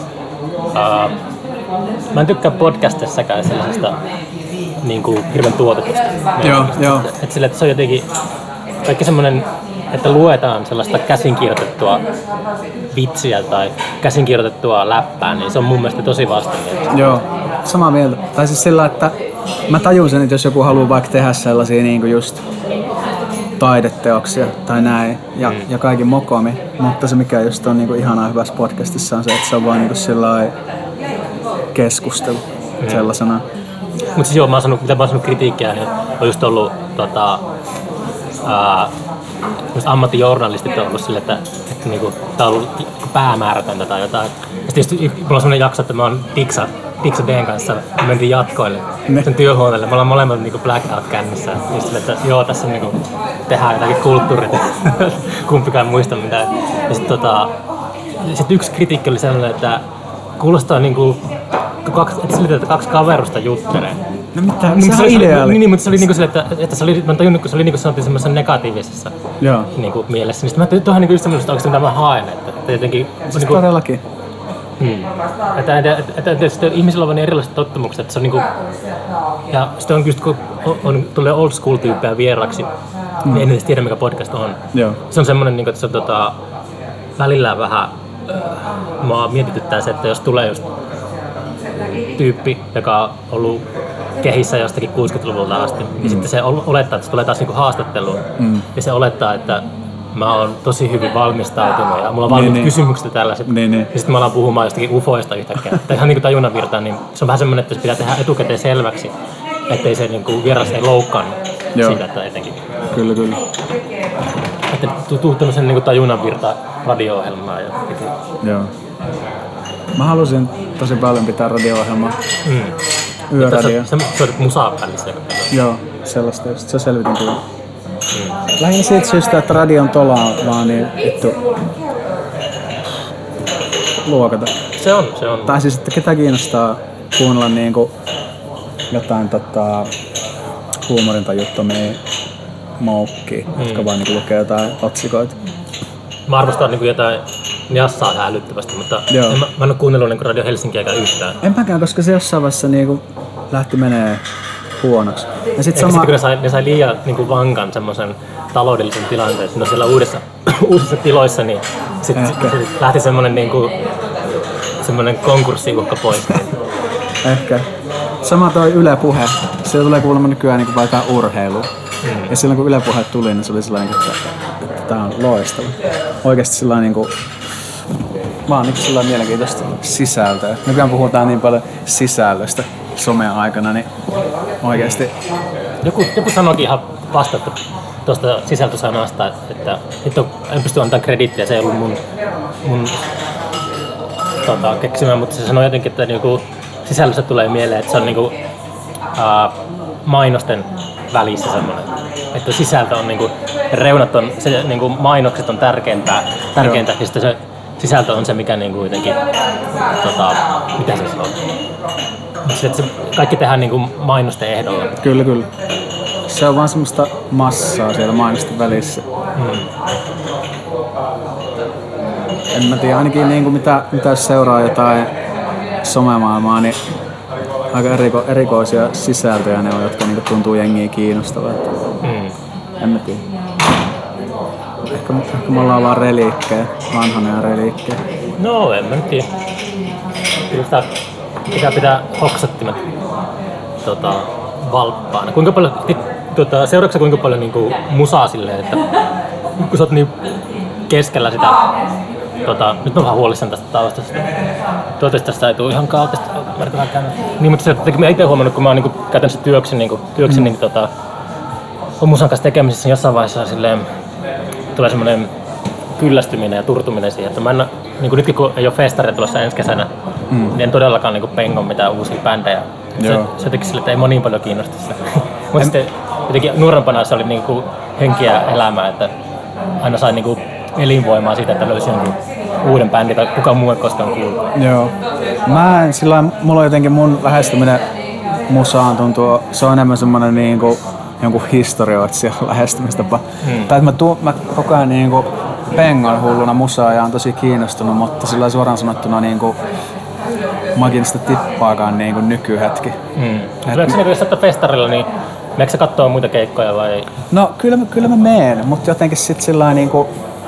uh, mä en tykkää podcastissakaan sellaisesta niinku hirveän tuotetusta. Joo, joo. Et sille, että se on jotenkin kaikki semmonen, että luetaan sellaista käsinkirjoitettua vitsiä tai käsinkirjoitettua läppää, niin se on mun mielestä tosi vastenmielistä. Joo, samaa mieltä. Tai siis sillä, että mä tajun sen, että jos joku haluaa vaikka tehdä sellaisia niinku just taideteoksia tai näin ja, mm. ja kaikki mokomi, mutta se mikä just on niinku ihanaa hyvässä podcastissa on se, että se on vaan niinku sellainen keskustelu mm. sellaisena. Mut siis joo, mä oon sanonut, mitä mä oon sanonut kritiikkiä, niin on just ollut tota, ää, ammattijournalistit on ollut silleen, että, että niinku, tää on ollut päämäärätöntä tai jotain. Ja sitten just mulla on semmonen jakso, että mä oon Diksa, Diksa D:n kanssa, me mentiin jatkoille sen työhuoneelle. Me ollaan molemmat niinku blackout kännissä. Ja silleen, että joo, tässä niinku, tehdään jotakin kulttuurit, kumpikaan muista mitään. Ja sit, tota, sit yksi kritiikki oli sellainen, että kuulostaa niinku, kaksi, että selitetään, että kaksi kaverusta juttelee. No mitä? Niin, se on ideaali. Niin, niin, mutta se oli niinku sille, että, että se oli, mä en tajunnut, kun se oli niinku sanottiin semmoisessa negatiivisessa niinku, mielessä. Niin sitten mä ajattelin, että tuohan niinku just semmoisesta oikeastaan mitä mä haen. Että, että jotenkin... Siis niinku, todellakin. Hmm. Että, että, että, että, että, että ihmisillä on niin erilaiset tottumukset, että se on niinku... Ja sitten on just, kun on, on, tulee old school tyyppejä vieraksi, mm. niin en edes tiedä mikä podcast on. Joo. Se on semmoinen, niinku, että se on tota, välillä vähän... Äh, mua mietityttää se, että jos tulee just tyyppi, joka on ollut kehissä jostakin kuusikymmentäluvulta asti, mm. ja sitten se olettaa, että se tulee taas niinku haastatteluun, mm. ja se olettaa, että mä oon tosi hyvin valmistautunut ja mulla on valmiit niin, kysymykset ja tällaiset. Niin, niin. Ja sitten mä alan puhumaan jostakin ufoista yhtäkkiä. Tai ihan niinku tajunnan virtaan, niin se on vähän semmoinen, että se pitää tehdä etukäteen selväksi, ettei se niinku vieras ei loukkaannut siitä, että etenkin. Kyllä, kyllä. Että tuu tämmöisen niinku tajunnan virtaan radio-ohjelmaa. Ja joo. Mä halusin tosi paljon pitää radio-ohjelmaa. Mm. Yöradio. Sä soitat musaa välissä. Joo, sellaista just. Se selvitin kyllä. Mm. Lähinnä siitä syystä, että radion tola on vaan niin vittu luokata. Se on, se on. Tai siis, että ketä kiinnostaa kuunnella niinku jotain tota huumorintajuttomia moukkia, mm. jotka vaan niinku lukee jotain otsikoita. mä arvostan niin jotain jassaa ihan älyttömästi, mutta en, mä, mä en ole kuunnellut niin Radio Helsinkiäkään yhtään. En mäkään, koska se jossain vaiheessa niin lähti menee huonoksi. Ja sit sama... sitten kun ne sai, ne sai liian niin vankan semmoisen taloudellisen tilanteen, että no siellä uudessa, uusissa tiloissa, niin sitten sit lähti semmoinen niin kuin, semmoinen konkurssiuhka pois. Niin. Ehkä. Sama toi Yle Puhe. Siellä tulee kuulemma nykyään niin vaikka urheilu. Mm. Ja silloin kun Yle Puhe tuli, niin se oli sellainen, että, että tää on loistava. Oikeesti sellainen niinku, vaan niinku sellainen mielenkiintoista sisältöä. Nykyään puhutaan niin paljon sisällöstä somea aikana, niin oikeesti. Joku, joku sanoikin ihan vasta tuosta sisältösanasta, että nyt en pysty antamaan krediittiä, se ei ollut mun, mun tota, keksimään, mutta se sanoi jotenkin, että niinku, sisällössä tulee mieleen, että se on niinku, uh, mainosten välissä semmoinen, että sisältö on niinku, reunat on, se niinku mainokset on tärkeintä, tärkeintä ja sitten se sisältö on se, mikä niinku jotenkin, tota, mitä se sanoo? Se, se kaikki tehdään niinku mainosten ehdolla. Kyllä, kyllä. Se on vaan semmoista massaa siellä mainosten välissä. Hmm. En mä tiedä, ainakin niinku mitä, mitä jos seuraa jotain somemaailmaa, niin aika eriko, erikoisia sisältöjä ne on, jotka niinku tuntuu jengiä kiinnostavaa. Mm. En mä tiedä. Ehkä, ehkä me ollaan vaan reliikkejä, vanhoja ja reliikkejä. No en mä nyt tiedä. Kyllä sitä pitää pitää hoksattimet tota, valppaana. Kuinka paljon, tota, seuraatko kuinka paljon niinku musaa silleen, että kun sä oot niin keskellä sitä. Tota, nyt mä oon vähän huolissani tästä taustasta. Toivottavasti tästä ei tule ihan kautista. Niin, mutta se jotenkin mä itse huomannut, kun mä oon niinku, käytännössä työksi, niinku, työksi mm. niin, tota, on musan kanssa tekemisissä, niin jossain vaiheessa silleen, tulee semmoinen kyllästyminen ja turtuminen siihen. Että mä en, niinku, nytkin kun ei ole festareita tulossa ensi kesänä, mm. niin en todellakaan niinku, pengon mitään uusia bändejä. Se, se jotenkin sille, että ei mua niin paljon kiinnosta sitä. Mutta sitten jotenkin nuorempana se oli niinku, henkiä elämää, että aina sai niinku, elinvoimaa siitä, että löysi jonkun uuden bändin tai kukaan muu ei koskaan kuullut. Joo. Mä en sillä mulla on jotenkin mun lähestyminen musaan tuntuu, se on enemmän semmonen niinku jonkun historioitsija lähestymistapa. Hmm. Tai että mä, tuu, mä koko ajan niinku pengon hulluna musaa ja on tosi kiinnostunut, mutta sillä suoraan sanottuna niinku mäkin sitä tippaakaan niinku nykyhetki. Hmm. Tuleeko sinne, jos olet festarilla, niin meneekö sä kattoo muita keikkoja vai? No kyllä, kyllä mä meen, mutta jotenkin sit sillä niinku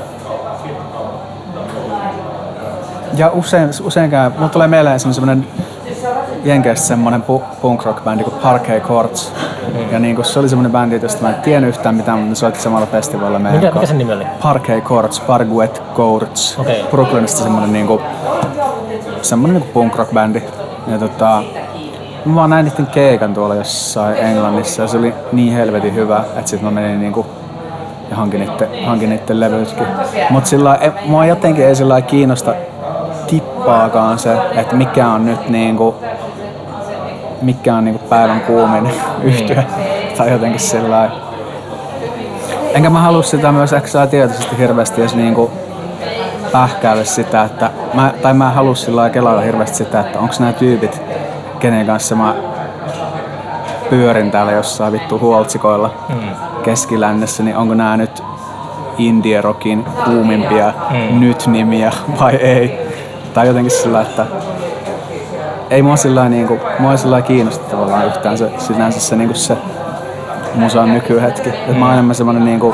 ja usein, useinkään, mulle tulee mieleen semmoinen Jenkeistä semmoinen pu- punk rock bändi kuin Parquet Courts. Mm. Ja niinku se oli semmoinen bändi, josta mä en tiennyt yhtään mitään, mutta ne soitti samalla festivaalilla meidän. Mikä, mikä sen nimi oli? Parquet Courts, Parquet Courts. Okay. Brooklynista semmoinen niinku semmoinen niinku punk rock bändi. Ja tota, mä vaan näin niiden keikan tuolla jossain Englannissa ja se oli niin helvetin hyvä, että sit mä menin niinku ja hankin niitten, hankin niitten levytkin. Mut sillä mua jotenkin ei sillä kiinnosta tippaakaan se, että mikä on nyt niinku, mikä on niinku päivän kuumin yhtye tai jotenkin sillä. Enkä mä halua sitä myös eksää tietoisesti hirveästi edes niinku pähkäile sitä, että mä, tai mä en halua sillä kelailla hirveästi sitä, että onks nää tyypit, kenen kanssa mä pyörin täällä jossain vittu huoltsikoilla mm. keskilännessä, niin onko nää nyt indie rockin kuumimpia mm. nyt-nimiä vai ei. Tai jotenkin sillä, että ei mua sillä niinku, mua ei sillä kiinnosta tavallaan yhtään se, sinänsä se niinku se musan nykyhetki. Et mä oon enemmän semmonen niinku,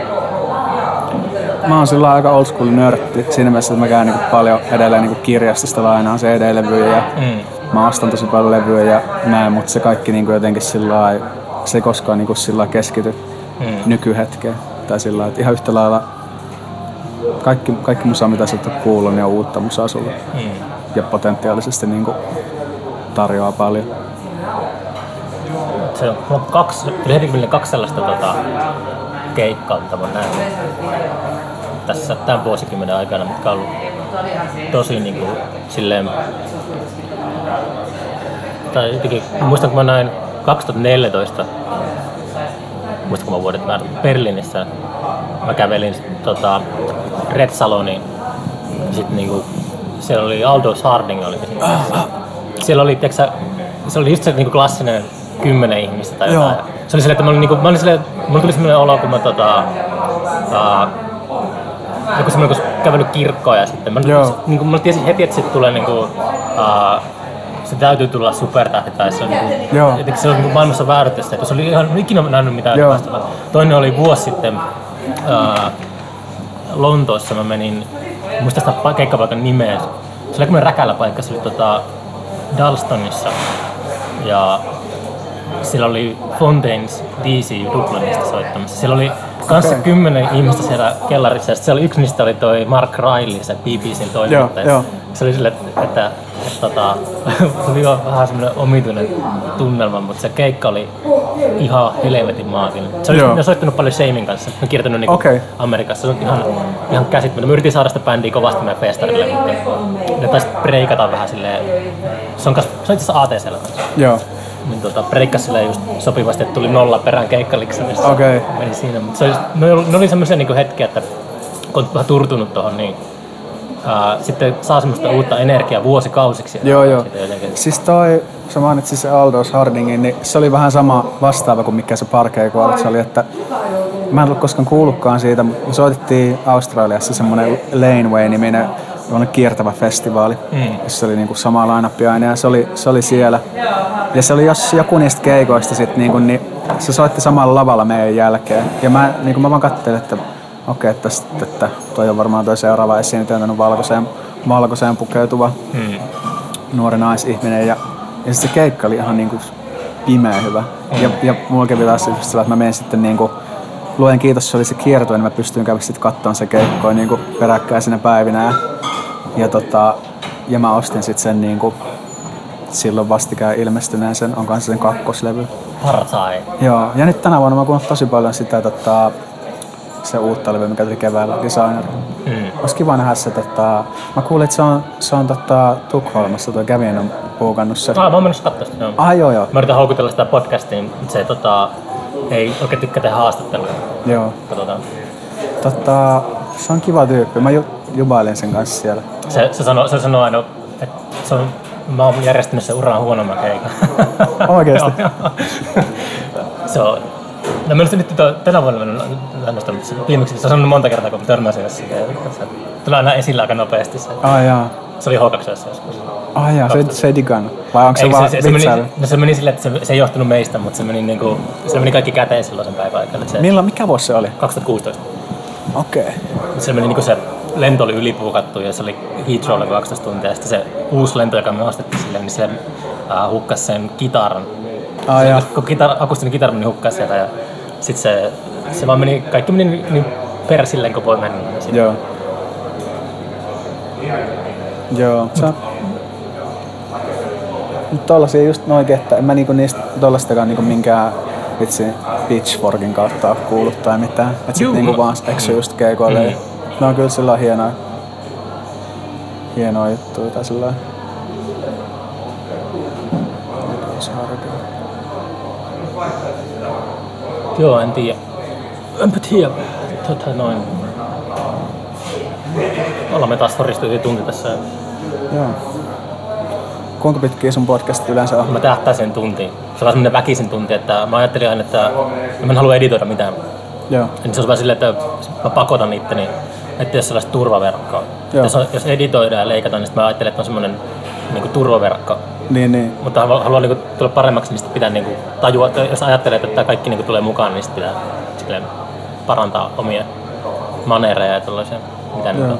mä oon sillä aika old school nörtti siinä mielessä, että mä käyn niinku paljon edelleen niinku kirjastosta lainaan C D-levyjä ja mm. mä ostan tosi paljon levyjä ja näin, mutta se kaikki niinku jotenkin sillä se ei koskaan niinku sillä keskity mm. nykyhetkeen. Tai sillä että ihan yhtä lailla kaikki, kaikki musaa mitä sä oot kuullut, niin on uutta musaa sulle. Mm. Ja potentiaalisesti niinku tarjoaa paljon. Se on kaksi, yli kaksi sellaista tota, keikkaa, mitä mä oon nähnyt tässä tämän vuosikymmenen aikana, mitkä on ollut tosi niinku silleen. Tai jotenkin, muistan kun mä näin kaksituhattaneljätoista, muistan kun mä vuodet mä Berliinissä, mä kävelin tota, Red Saloniin. Sitten niinku, siellä oli Aldous Harding oli siinä. Siellä oli, tiiäksä, se oli just se niinku klassinen kymmenen ihmistä tai jotain. Joo. Se oli silleen, että mä olin niinku, mä olin silleen, mulla tuli semmoinen olo, kun mä tota, uh, joku semmoinen, kun kävellyt kirkkoa ja sitten mä, niin kuin, mä tiesin heti, että sitten tulee niin kuin, uh, se täytyy tulla supertähti tai se on niinku, jotenkin se on niinku maailmassa vääryttäistä, että se oli ihan ikinä nähnyt mitään vastaavaa. Toinen oli vuosi sitten uh, Lontoossa, mä menin, muista sitä keikkapaikan nimeä, se oli aikamoinen räkälä paikka, se oli tota Dalstonissa ja siellä oli Fontaines D C Dublinista soittamassa. Siellä oli kanssa okay. kymmenen ihmistä siellä kellarissa ja siellä yksi niistä oli toi Mark Riley, se B B C:n toimittaja. Se oli silleen, että, että, että, että se oli vähän semmoinen omituinen tunnelma, mutta se keikka oli ihan helvetin maaginen. Se oli ne soittanut paljon Shamein kanssa, ne kiertänyt niinku okay. Amerikassa. Se on ihan, ihan käsittämätöntä. Me yritin saada sitä bändiä kovasti meidän festarille, mutta ne taisi breikata vähän silleen. Se on, kas, se on itse asiassa A T C:llä kanssa. Joo. Niin tota, breikkasi silleen just sopivasti, että tuli nolla perään keikkaliksanista. Okei. Okay. Meni siinä, mutta se oli, ne oli, ne oli semmoisia niinku hetkiä, että kun on vähän turtunut tohon, niin Uh, sitten saa semmoista uutta energiaa vuosikausiksi. Joo, joo. Siis toi, sä mainitsit se Aldous Hardingin, niin se oli vähän sama vastaava kuin mikä se Parkeikoilla. Se oli, että mä en ollut koskaan kuullutkaan siitä, mutta me soitettiin Australiassa semmoinen Laneway-niminen kiertävä festivaali, mm. jossa oli niinku sama line-up aina ja se oli, se oli siellä. Ja se oli jos joku niistä keikoista sit niinku, niin se soitti samalla lavalla meidän jälkeen. Ja mä, niinku, mä vaan katselin, että okei, että, että toi on varmaan toi seuraava esiintyjä, valkoiseen, valkoiseen pukeutuva hmm. nuori naisihminen. Ja, ja se keikka oli ihan niinku pimeä hyvä. Hmm. Ja, ja mulla kävi taas sillä, että mä menin sitten niinku, luen kiitos, se oli se kiertue, niin mä pystyin käydä sitten katsomaan se keikkoa niinku peräkkäisinä päivinä. Ja, ja, tota, ja mä ostin sitten sen niinku, silloin vastikään ilmestyneen sen, on kanssa sen kakkoslevy. Parasai. Joo, ja nyt tänä vuonna mä kuunnut tosi paljon sitä tota, se uutta levy, mikä tuli keväällä, Designer. Mm. Olisi kiva nähdä se, tota, mä kuulin, että se on, se on tota, Tukholmassa, tuo Gavin on puukannut se. Ah, mä oon menossa katsoa sitä. Ah, joo, joo. Mä yritän houkutella sitä podcastiin, mutta se tota, ei oikein tykkää tehdä haastatteluja. Joo. Katsotaan. Tota, se on kiva tyyppi, mä ju, jubailin sen kanssa siellä. Se, se, sanoo, se sanoo aina, että se on, mä oon järjestänyt sen uraan huonomman keikan. Oikeesti? Se on. No mä nyt tänä vuonna lännöstä, mutta viimeksi se on sanonut monta kertaa, kun törmäsin jossakin. Se tulee aina esillä aika nopeasti se. Ah, jaa. Se oli H kaksi joskus. Ah jaa, se, se ei digannut. Vai onko se, se vaan vitsailu? No se meni silleen, että se, se ei johtunut meistä, mutta se meni, niinku, se meni kaikki käteen silloin sen päivän aikana. Se, milloin, mikä vuosi se oli? kaksituhattakuusitoista. Okei. Okay. Se meni niinku se lento oli ylipuukattu ja se oli Heathrowlle kaksitoista tuntia. Ja sitten se uusi lento, joka me ostettiin sille, niin se uh, hukkasi sen kitaran. Ah, se, kun kitar, akustinen kitara meni hukkaan sieltä ja sit se, se vaan meni, kaikki meni niin, niin persilleen kun voi mennä. Joo. Joo. Sä... Nyt tollasia just noin, että en mä niinku niistä tollastakaan niinku minkään vitsi Pitchforkin kautta oo kuullut tai mitään. Et sit Juu, niinku vaan eksy just keikoille. Mm. Ne on kyllä sillä hienoja, hienoja juttuja tai sillä Joo, en tiedä. Enpä tiedä. Tota noin. Ollaan me taas horistu yli tunti tässä. Joo. Kuinka pitkiä sun podcast yleensä on? Mä tähtäisin tuntiin. Se on semmonen väkisin tunti, että mä ajattelin aina, että mä en halua editoida mitään. Joo. Niin se on vaan silleen, että mä pakotan itteni, että jos sellaista turvaverkkoa. Jos, jos editoidaan ja leikataan, niin mä ajattelen, että on semmonen niinku turvaverkko. Niin, niin. Mutta haluan, haluan niinku tulla paremmaksi, niin pitää niinku tajua, että jos ajattelee, että tämä kaikki niinku tulee mukaan, niin pitää silleen parantaa omia maneereja ja tällaisia, mitä nyt on.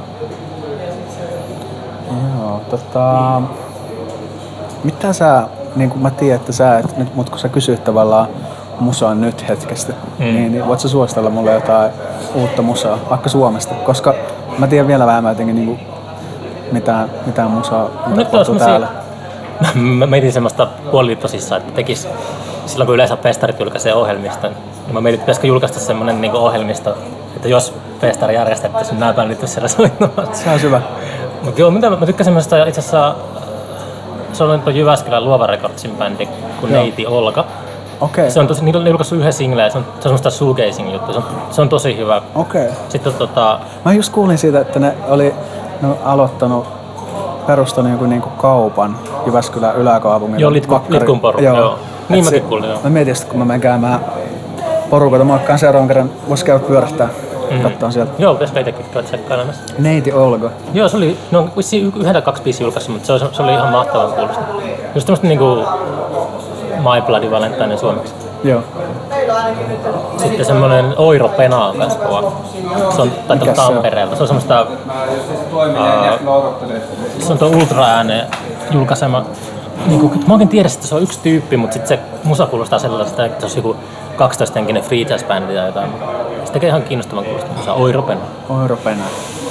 Joo, tota... Mitä sä, niin kuin mä tiedän, että sä et nyt, mut kun sä kysyt tavallaan musaa nyt hetkestä, mm. niin, niin voit sä suositella mulle jotain uutta musaa, vaikka Suomesta? Koska mä tiedän vielä vähemmän jotenkin niinku mitään, mitään musaa, mitä tapahtuu täällä. Mä mietin semmoista puolitosissaan, että tekis silloin kun yleensä festarit julkaisee ohjelmiston, niin mä mietin, että pitäisikö julkaista semmonen niinku ohjelmisto, että jos festari järjestettäisiin, niin nää bändit jos siellä soittamassa. Se on hyvä. Mut joo, mitä mä, mä tykkäsin semmoista itse asiassa, se on tuo Jyväskylän Luova Recordsin bändi kuin joo. Neiti Olka. Okay. Se on tosi, niillä on julkaissut yhden singlen ja se on, se on semmoista shoegazing juttu, se on, se on tosi hyvä. Okay. Sitten tota... Mä just kuulin siitä, että ne oli ne aloittanut, perustanut jonkun niinku kaupan Jyväskylän yläkaupungilla. Joo, Litku, Litkun porukka, joo. joo. Niin mäkin kuulin, joo. Mä mietin, kun mä menen käymään porukoita, mä oon seuraavan kerran, vois käydä pyörähtää mm. katsoa sieltä. Joo, pitäisikö itsekin käydä tsekkailemassa. Neiti Olga. Joo, se oli, no vissiin yhden tai kaksi biisiä julkaissut, mutta se oli, se oli ihan mahtavan kuulosta. Just tämmöstä niinku My Bloody Valentine suomeksi. Joo. Sitten semmonen Oiro Pena on kanssa kova. Se on taitaa Tampereelta. Se on semmoista... Uh, se on tuo Ultra-ääneen julkaisema. Niinku, mä oikein tiedä, että se on yksi tyyppi, mutta sit se musa kuulostaa sellaista, että se olisi joku kaksitoista-henkinen free jazz-bändi tai jotain. Se tekee ihan kiinnostavan kuulosta musaa. Oiro Pena. Oiro Pena.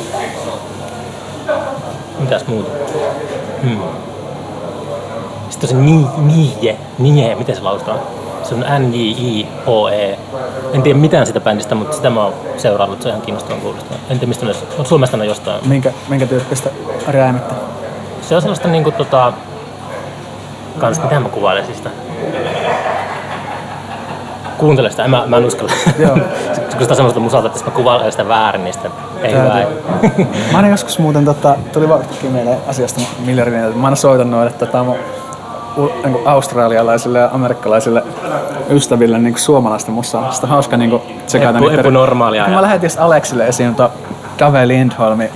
Mitäs muuta? Hmm. Sitten on se Nije, Nije, miten se lausutaan? Se on N J I H E. En tiedä mitään sitä bändistä, mutta sitä mä oon seuraillut, se on ihan kiinnostavan kuulosta. En tiedä mistä ne on, Suomesta ne jostain. Minkä, minkä tyyppistä räimettä? Se on sellaista niinku tota... Kans, miten mä kuvailisin sitä? Kuuntele sitä, en mä, mä en uskalla. Joo. Kun sitä on semmoista musalta, että jos mä kuvailen sitä väärin, niin sitten ei hyvä. Mä aina joskus muuten, tota, tuli vaikkakin meille asiasta miljardia, mä aina soitan noille tota, mun niin australialaisille ja amerikkalaisille ystäville niin suomalaista musaa. Sitä on hauska niin tsekata niitä. Epu normaalia. Kun mä lähetin just Aleksille esiin tuon Dave Lindholmin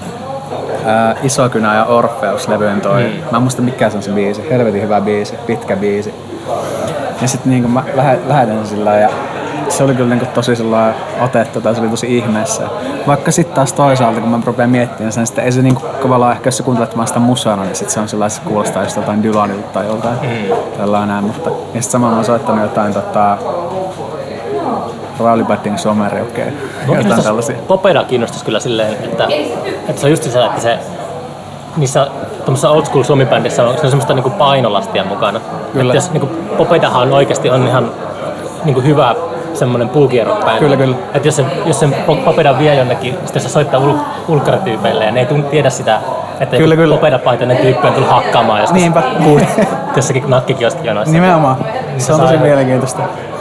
ää, Isokynä ja Orpheus-levyyn toi. Mm. Mä en muista mikä se on se biisi. Helvetin hyvä biisi, pitkä biisi. Ja sit niin mä lähetän sen sillä ja se oli kyllä niin tosi sellainen otettu tai se oli tosi ihmeessä. Vaikka sitten taas toisaalta, kun mä rupean miettimään sen, sitten ei se niinku tavallaan ehkä jos sä kuuntelet vaan sitä musana, niin sit se on sellainen, se kuulostaa just jotain Dylanilta tai joltain mm. tällainen. Mutta ja sit samalla mä oon soittanut jotain tota Rauli Badding Sommerjokea, jotain tällaisia. Popeda kiinnostus kyllä silleen, että, että se on just se, että se niissä tuommoissa old school suomi-bändissä on, se on semmoista niinku painolastia mukana. Kyllä. Että jos niinku Popedahan oikeesti on ihan niinku hyvä semmoinen puukierrot-bändi. Kyllä, kyllä. Että jos sen, jos sen Popedan vie jonnekin, sitten se soittaa ul- ulkkarityypeille ja ne ei tiedä sitä, että Popeda-paitainen tyyppi on tullut hakkaamaan joskus. Niinpä. Jossakin nakkikioskijonoissa. Nimenomaan. Niin se on tosi mielenkiintoista.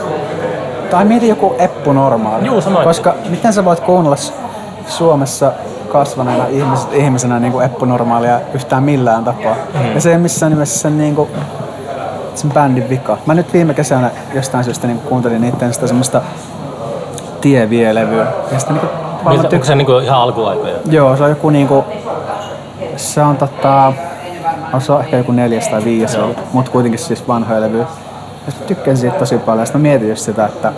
Tai mieti joku Eppu Normaali. Juu, samoin. Koska miten sä voit kuunnella Suomessa kasvaneena ihmis- ihmisenä niin kuin Eppu Normaalia yhtään millään tapaa. Mm. Ja se ei missään nimessä sen niinku sen bändin vika. Mä nyt viime kesänä jostain syystä niin kuuntelin niitten sitä semmoista Tie vie-levyä. Ja sitä niinku... Miltä, onko se niinku ihan alkuaikoja? Joo, se on joku niinku... Se on tota... Se on ehkä joku neljäs tai viides, mutta kuitenkin siis vanhoja levyjä. Ja tykkäsin siitä tosi paljon. Ja sitten mä mietin just sitä, että...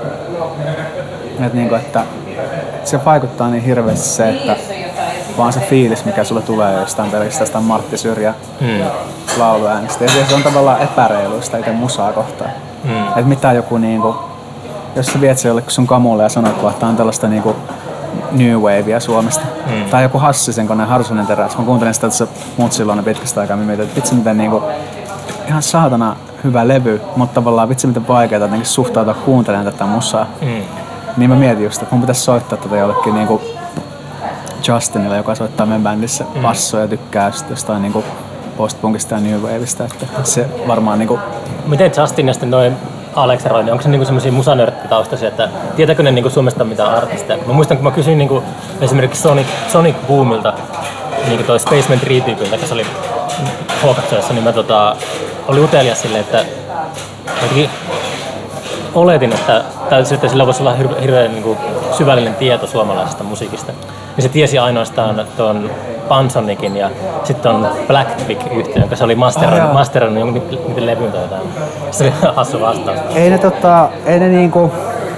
Että, niinku, että se vaikuttaa niin hirveästi se, että vaan se fiilis, mikä sulle tulee jostain pelkästään sitä Martti Syrjä hmm. lauluäänestä. Ja se on tavallaan epäreiluista itse musaa kohtaan. Hmm. Että mitä joku niinku... Jos sä viet se jollekin sun kamulle ja sanot, että on tällaista niinku new wavea Suomesta. Hmm. Tai joku Hassisen koneen Harsunen teräs. Mä kuuntelin sitä tässä muut silloin pitkästä aikaa. Mä mietin, että vitsi miten niinku... Ihan saatana hyvä levy, mutta tavallaan vitsi miten vaikeaa jotenkin suhtautua kuuntelemaan tätä musaa. Hmm. Niin mä mietin just, että mun pitäisi soittaa tätä jollekin niinku Justinille, joka soittaa meidän bändissä mm. bassoja ja tykkää jostain niinku post-punkista ja new waveista, että se varmaan niinku... Miten Justin ja sitten noin Alex ja Roine, onko se niinku semmosia musanörttitaustaisia, että tietääkö ne niinku Suomesta mitään artisteja? Mä muistan, kun mä kysyin niinku esimerkiksi Sonic, Sonic Boomilta, niinku toi Spaceman Tree-tyypiltä, joka se oli H kaksi, niin mä tota, oli utelias silleen, että jotenkin oletin, että tai sitten sillä voisi olla hirveän, hirveän niin kuin syvällinen tieto suomalaisesta musiikista. Ja se tiesi ainoastaan tuon Pansonikin ja sitten on Black Twig-yhtiön, joka se oli masteroinut, oh, masteroinut jonkun niiden levyyn tai jotain. Se oli hassu vastaus. Ei ne, tota, ei ne niinku...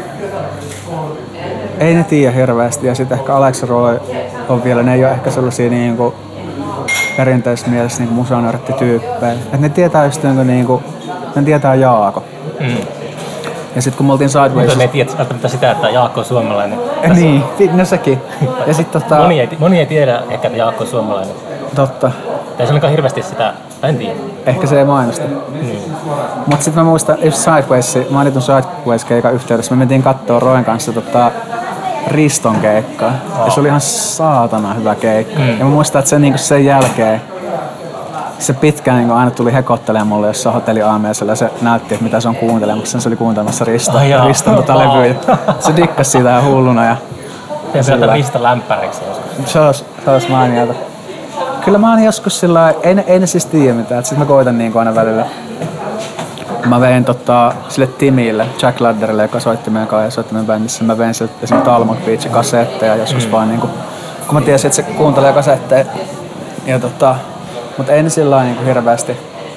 Ei ne tiedä hirveästi ja sitten ehkä Alex Roy on vielä, ne ei ole ehkä sellaisia niinku perinteisessä mielessä niinku musanörttityyppejä. Et ne tietää just jonkun niinku, ne tietää Jaako. Mm. Ja sit kun me oltiin Sideways... Mutta ne ei tiedä välttämättä sitä, että Jaakko on suomalainen. Niin, no sekin. Ja sit tota... Moni ei, moni ei tiedä ehkä, että Jaakko on suomalainen. Totta. Ei se olekaan hirveästi sitä, en tiedä. Ehkä se ei mainosta. Mm. Mut sit mä muistan, just Sideways, mainitun Sideways-keikan yhteydessä, me mentiin kattoo Roen kanssa tota Riston keikkaa. Oh. Ja se oli ihan saatana hyvä keikka. Mm. Ja mä muistan, että sen, niinku sen jälkeen se pitkään niin aina tuli hekottelemaan mulle jossain hotelli aamiaisella ja se näytti, että mitä se on kuuntelemassa. Se oli kuuntelemassa Risto, oh, Riston tota levyä. Se dikkasi siitä ihan hulluna. Ja, ja se on Risto lämpäriksi joskus. Se olisi, se olisi mainiota. Kyllä mä oon joskus sillä ei, ei ne siis tiedä mitään. Sitten mä koitan niin aina välillä mä vein tota, sille Timille, Jack Ladderille, joka soitti meidän kanssa ja soitti meidän bändissä. Mä vein sille esimerkiksi Talmud Beachin kasetteja joskus mm. vaan niinku, kun mä tiesin, että se kuuntelee kasetteja. Ja tota, mut ei ne sillä niinku hirveästi.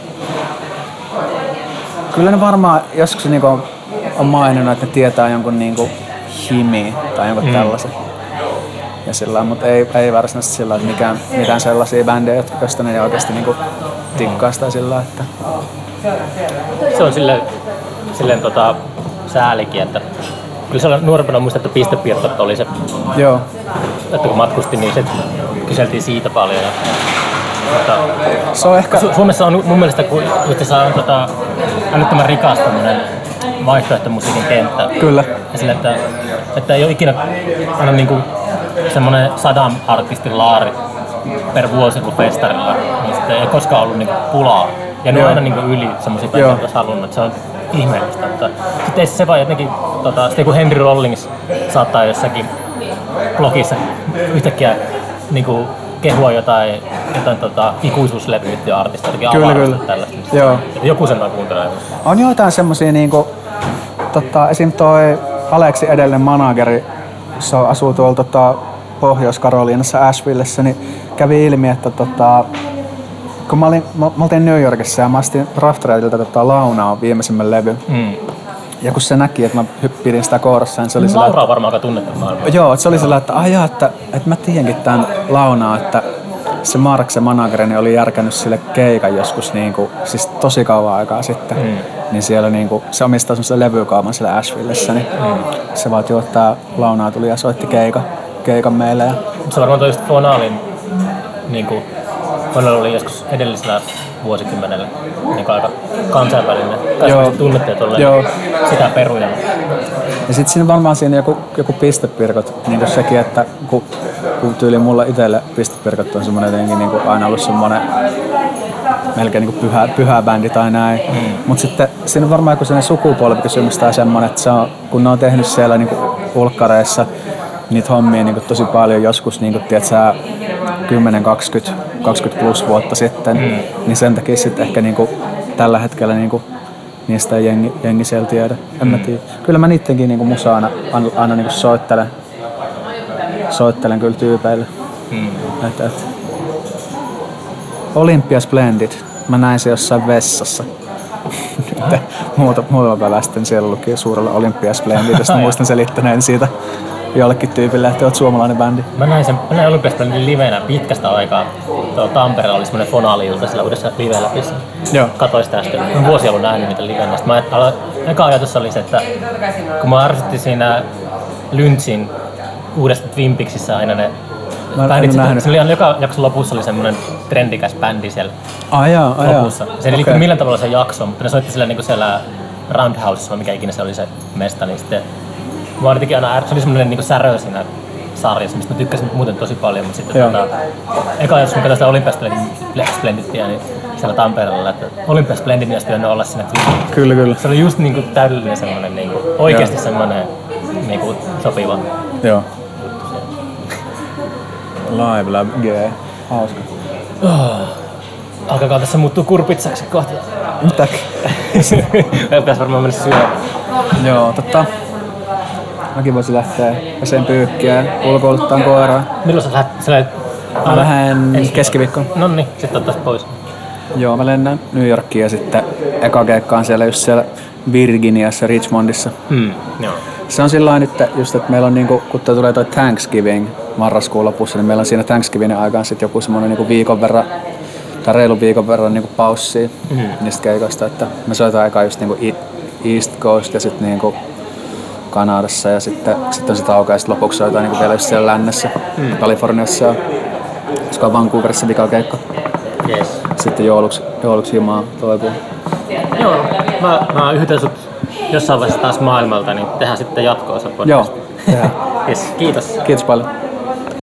Kyllä ne varmaan joskus niinku on, on maininnut, että ne tietää jonkun niinku himi tai jonkun mm. tällaisen. Ja sillä mutta ei, ei varsinaisesti sillä että mikään, mitään sellaisia bändejä, joista ne oikeasti niinku tikkaa sitä sillä että... Se on silleen, silleen tota, säälikin, että kyllä se on nuorempana muista, että pistepiirtot oli se, Joo. että kun matkusti, niin se kyseltiin siitä paljon. Ja, mutta se on ehkä... Su- Suomessa on mun mielestä, kun se on tota, älyttömän rikas tämmönen vaihtoehtomusiikin kenttä. Kyllä. Ja sille, että, että ei ole ikinä aina niinku semmonen sadan artistin laari per vuosi kuin festarilla, niin sitten ei koskaan ollut niinku pulaa. Ja ne on aina niinku yli semmosia bändejä, joita olisi halunnut, että se on ihmeellistä. Mutta sitten ei se vaan jotenkin, tota, sitten kun Henry Rollins saattaa jossakin blogissa yhtäkkiä niinku kehua jotain, jotain tota, ikuisuuslevyyttiä artista, jotenkin avarasta tällaista. Joo. Joku sen kuuntelee. On joitain semmosia niinku, tota, esim. Toi Aleksi edellinen manageri, se asuu tuolla tota, Pohjois-Karoliinassa Ashevillessä, niin kävi ilmi, että tota, kun mä olin, mä, mä oltiin New Yorkissa ja mä astin Rough Tradelta tota, Launaa viimeisimmän levyn. Mm. Ja kun se näki, että mä hyppidin sitä koorossa, niin se oli Laura on varmaan aika tunnettu maailmaa. Joo, se oli sellainen, että ajaa, että, että mä tiedänkin tämän Launaa, että se Mark, se managerini, oli järkännyt sille keikan joskus niin kuin, siis tosi kauan aikaa sitten. Mm. Niin siellä niin kuin, se omistaa semmoisen levykaupan siellä Ashevillessä, niin mm. se vaan juottaa Launaa tuli ja soitti keikan, keikan meille. Ja... Se varmaan toi just Fonalin, niin kuin, Fonal oli joskus edellisellä vuosikymmenellä niin aika kansainvälinen. Kai tunnettiin tolleen sitä peruja. Ja sit siinä varmaan siinä joku, joku pistepirkot, niin kuin sekin, että kun, kun tyyli mulla itselle pistepirkot on semmonen jotenkin niin kuin aina ollut semmonen melkein niin kuin pyhä, pyhä bändi tai näin. Mm. Mut sitten siinä on varmaan joku sellainen sukupolvikysymys tai semmonen, että se on, kun ne on tehnyt siellä niin kuin ulkkareissa niitä hommia niin kuin tosi paljon joskus, niin kuin, tiedät sä, kymmenen kaksikymmentä plus vuotta sitten, mm. niin sen takia sitten ehkä niin kuin, tällä hetkellä niin kuin, niistä ei jengi, jengi siellä tiedä. En mm. mä tiedä. Kyllä mä niittenkin niin kuin musa aina, aina, aina niin kuin soittelen, soittelen kyllä tyypeille. Mm. Et, et. Olympia Splendid. Mä näin se jossain vessassa. Muutama päivä sitten siellä luki suurella Olympia Splendid, josta muistan selittäneen siitä jollekin tyypille, että oot suomalainen bändi. Mä näin sen, mä näin Olympia Splendidin livenä pitkästä aikaa. Tuolla Tampereella oli semmonen Fonali-ilta sillä uudessa live-läpissä. Joo. Katoin sitä äsken. Mä oon vuosia ollut nähnyt niitä livenä. Sitten mä aloin, eka ajatus oli se, että kun mä ärsytti siinä Lynchin uudessa Twin Peaksissä aina ne bändit. Se oli joka jakson lopussa oli semmonen trendikäs bändi siellä ah, jaa, ah, lopussa. Se ei liittynyt millään tavalla se jakso, mutta ne soitti siellä, niin siellä Roundhousessa, mikä ikinä se oli se mesta, niin sitten mä jotenkin aina, se oli semmonen niin särö siinä sarjassa, mistä mä tykkäsin muuten tosi paljon, mutta sitten tota, eka ajatus, kun katsoin sitä Olympia Splendidia, niin siellä Tampereella, että Olympia Splendidin olisi pitänyt olla siinä Twin. Kyllä, kyllä. Se oli just niin kuin täydellinen semmonen, niin kuin, oikeesti semmonen niin kuin sopiva. Joo. Live Lab G. Hauska. Oh. Alkakaa tässä muuttuu kurpitsaksi kohta. Mitäkin? Pitäis varmaan mennä syömään. Joo, totta. Mäkin voisin lähteä peseen pyykkiä ja ulkoiluttaan koiraa. Milloin sä lähdet? Sä lähdet mä lähden keskiviikkoon. Nonni, sit ottais pois. Joo, mä lennän New Yorkiin ja sitten eka keikkaan siellä just siellä Virginiassa, Richmondissa. Mm, joo. Se on sillä nyt just, että meillä on niinku, kun tulee toi Thanksgiving marraskuun lopussa, niin meillä on siinä Thanksgivingin aikaan sit joku semmonen niinku viikon verran tai reilun viikon verran niinku paussia mm-hmm. niistä keikoista, että me soitaan eka just niinku East Coast ja sitten niinku Kanadassa ja sitten sit on se tauko ja sitten lopuksi soitaan niinku vielä just siellä lännessä, mm. Kaliforniassa ja koska on Vancouverissa vika keikka. Yes. Sitten jouluksi, jouluksi himaa toipuu. Joo, mä, mä yhdyn sut jossain vaiheessa taas maailmalta, niin tehdään sitten jatko-osa podcastia. Joo, tehdään. Yes, kiitos. Kiitos paljon.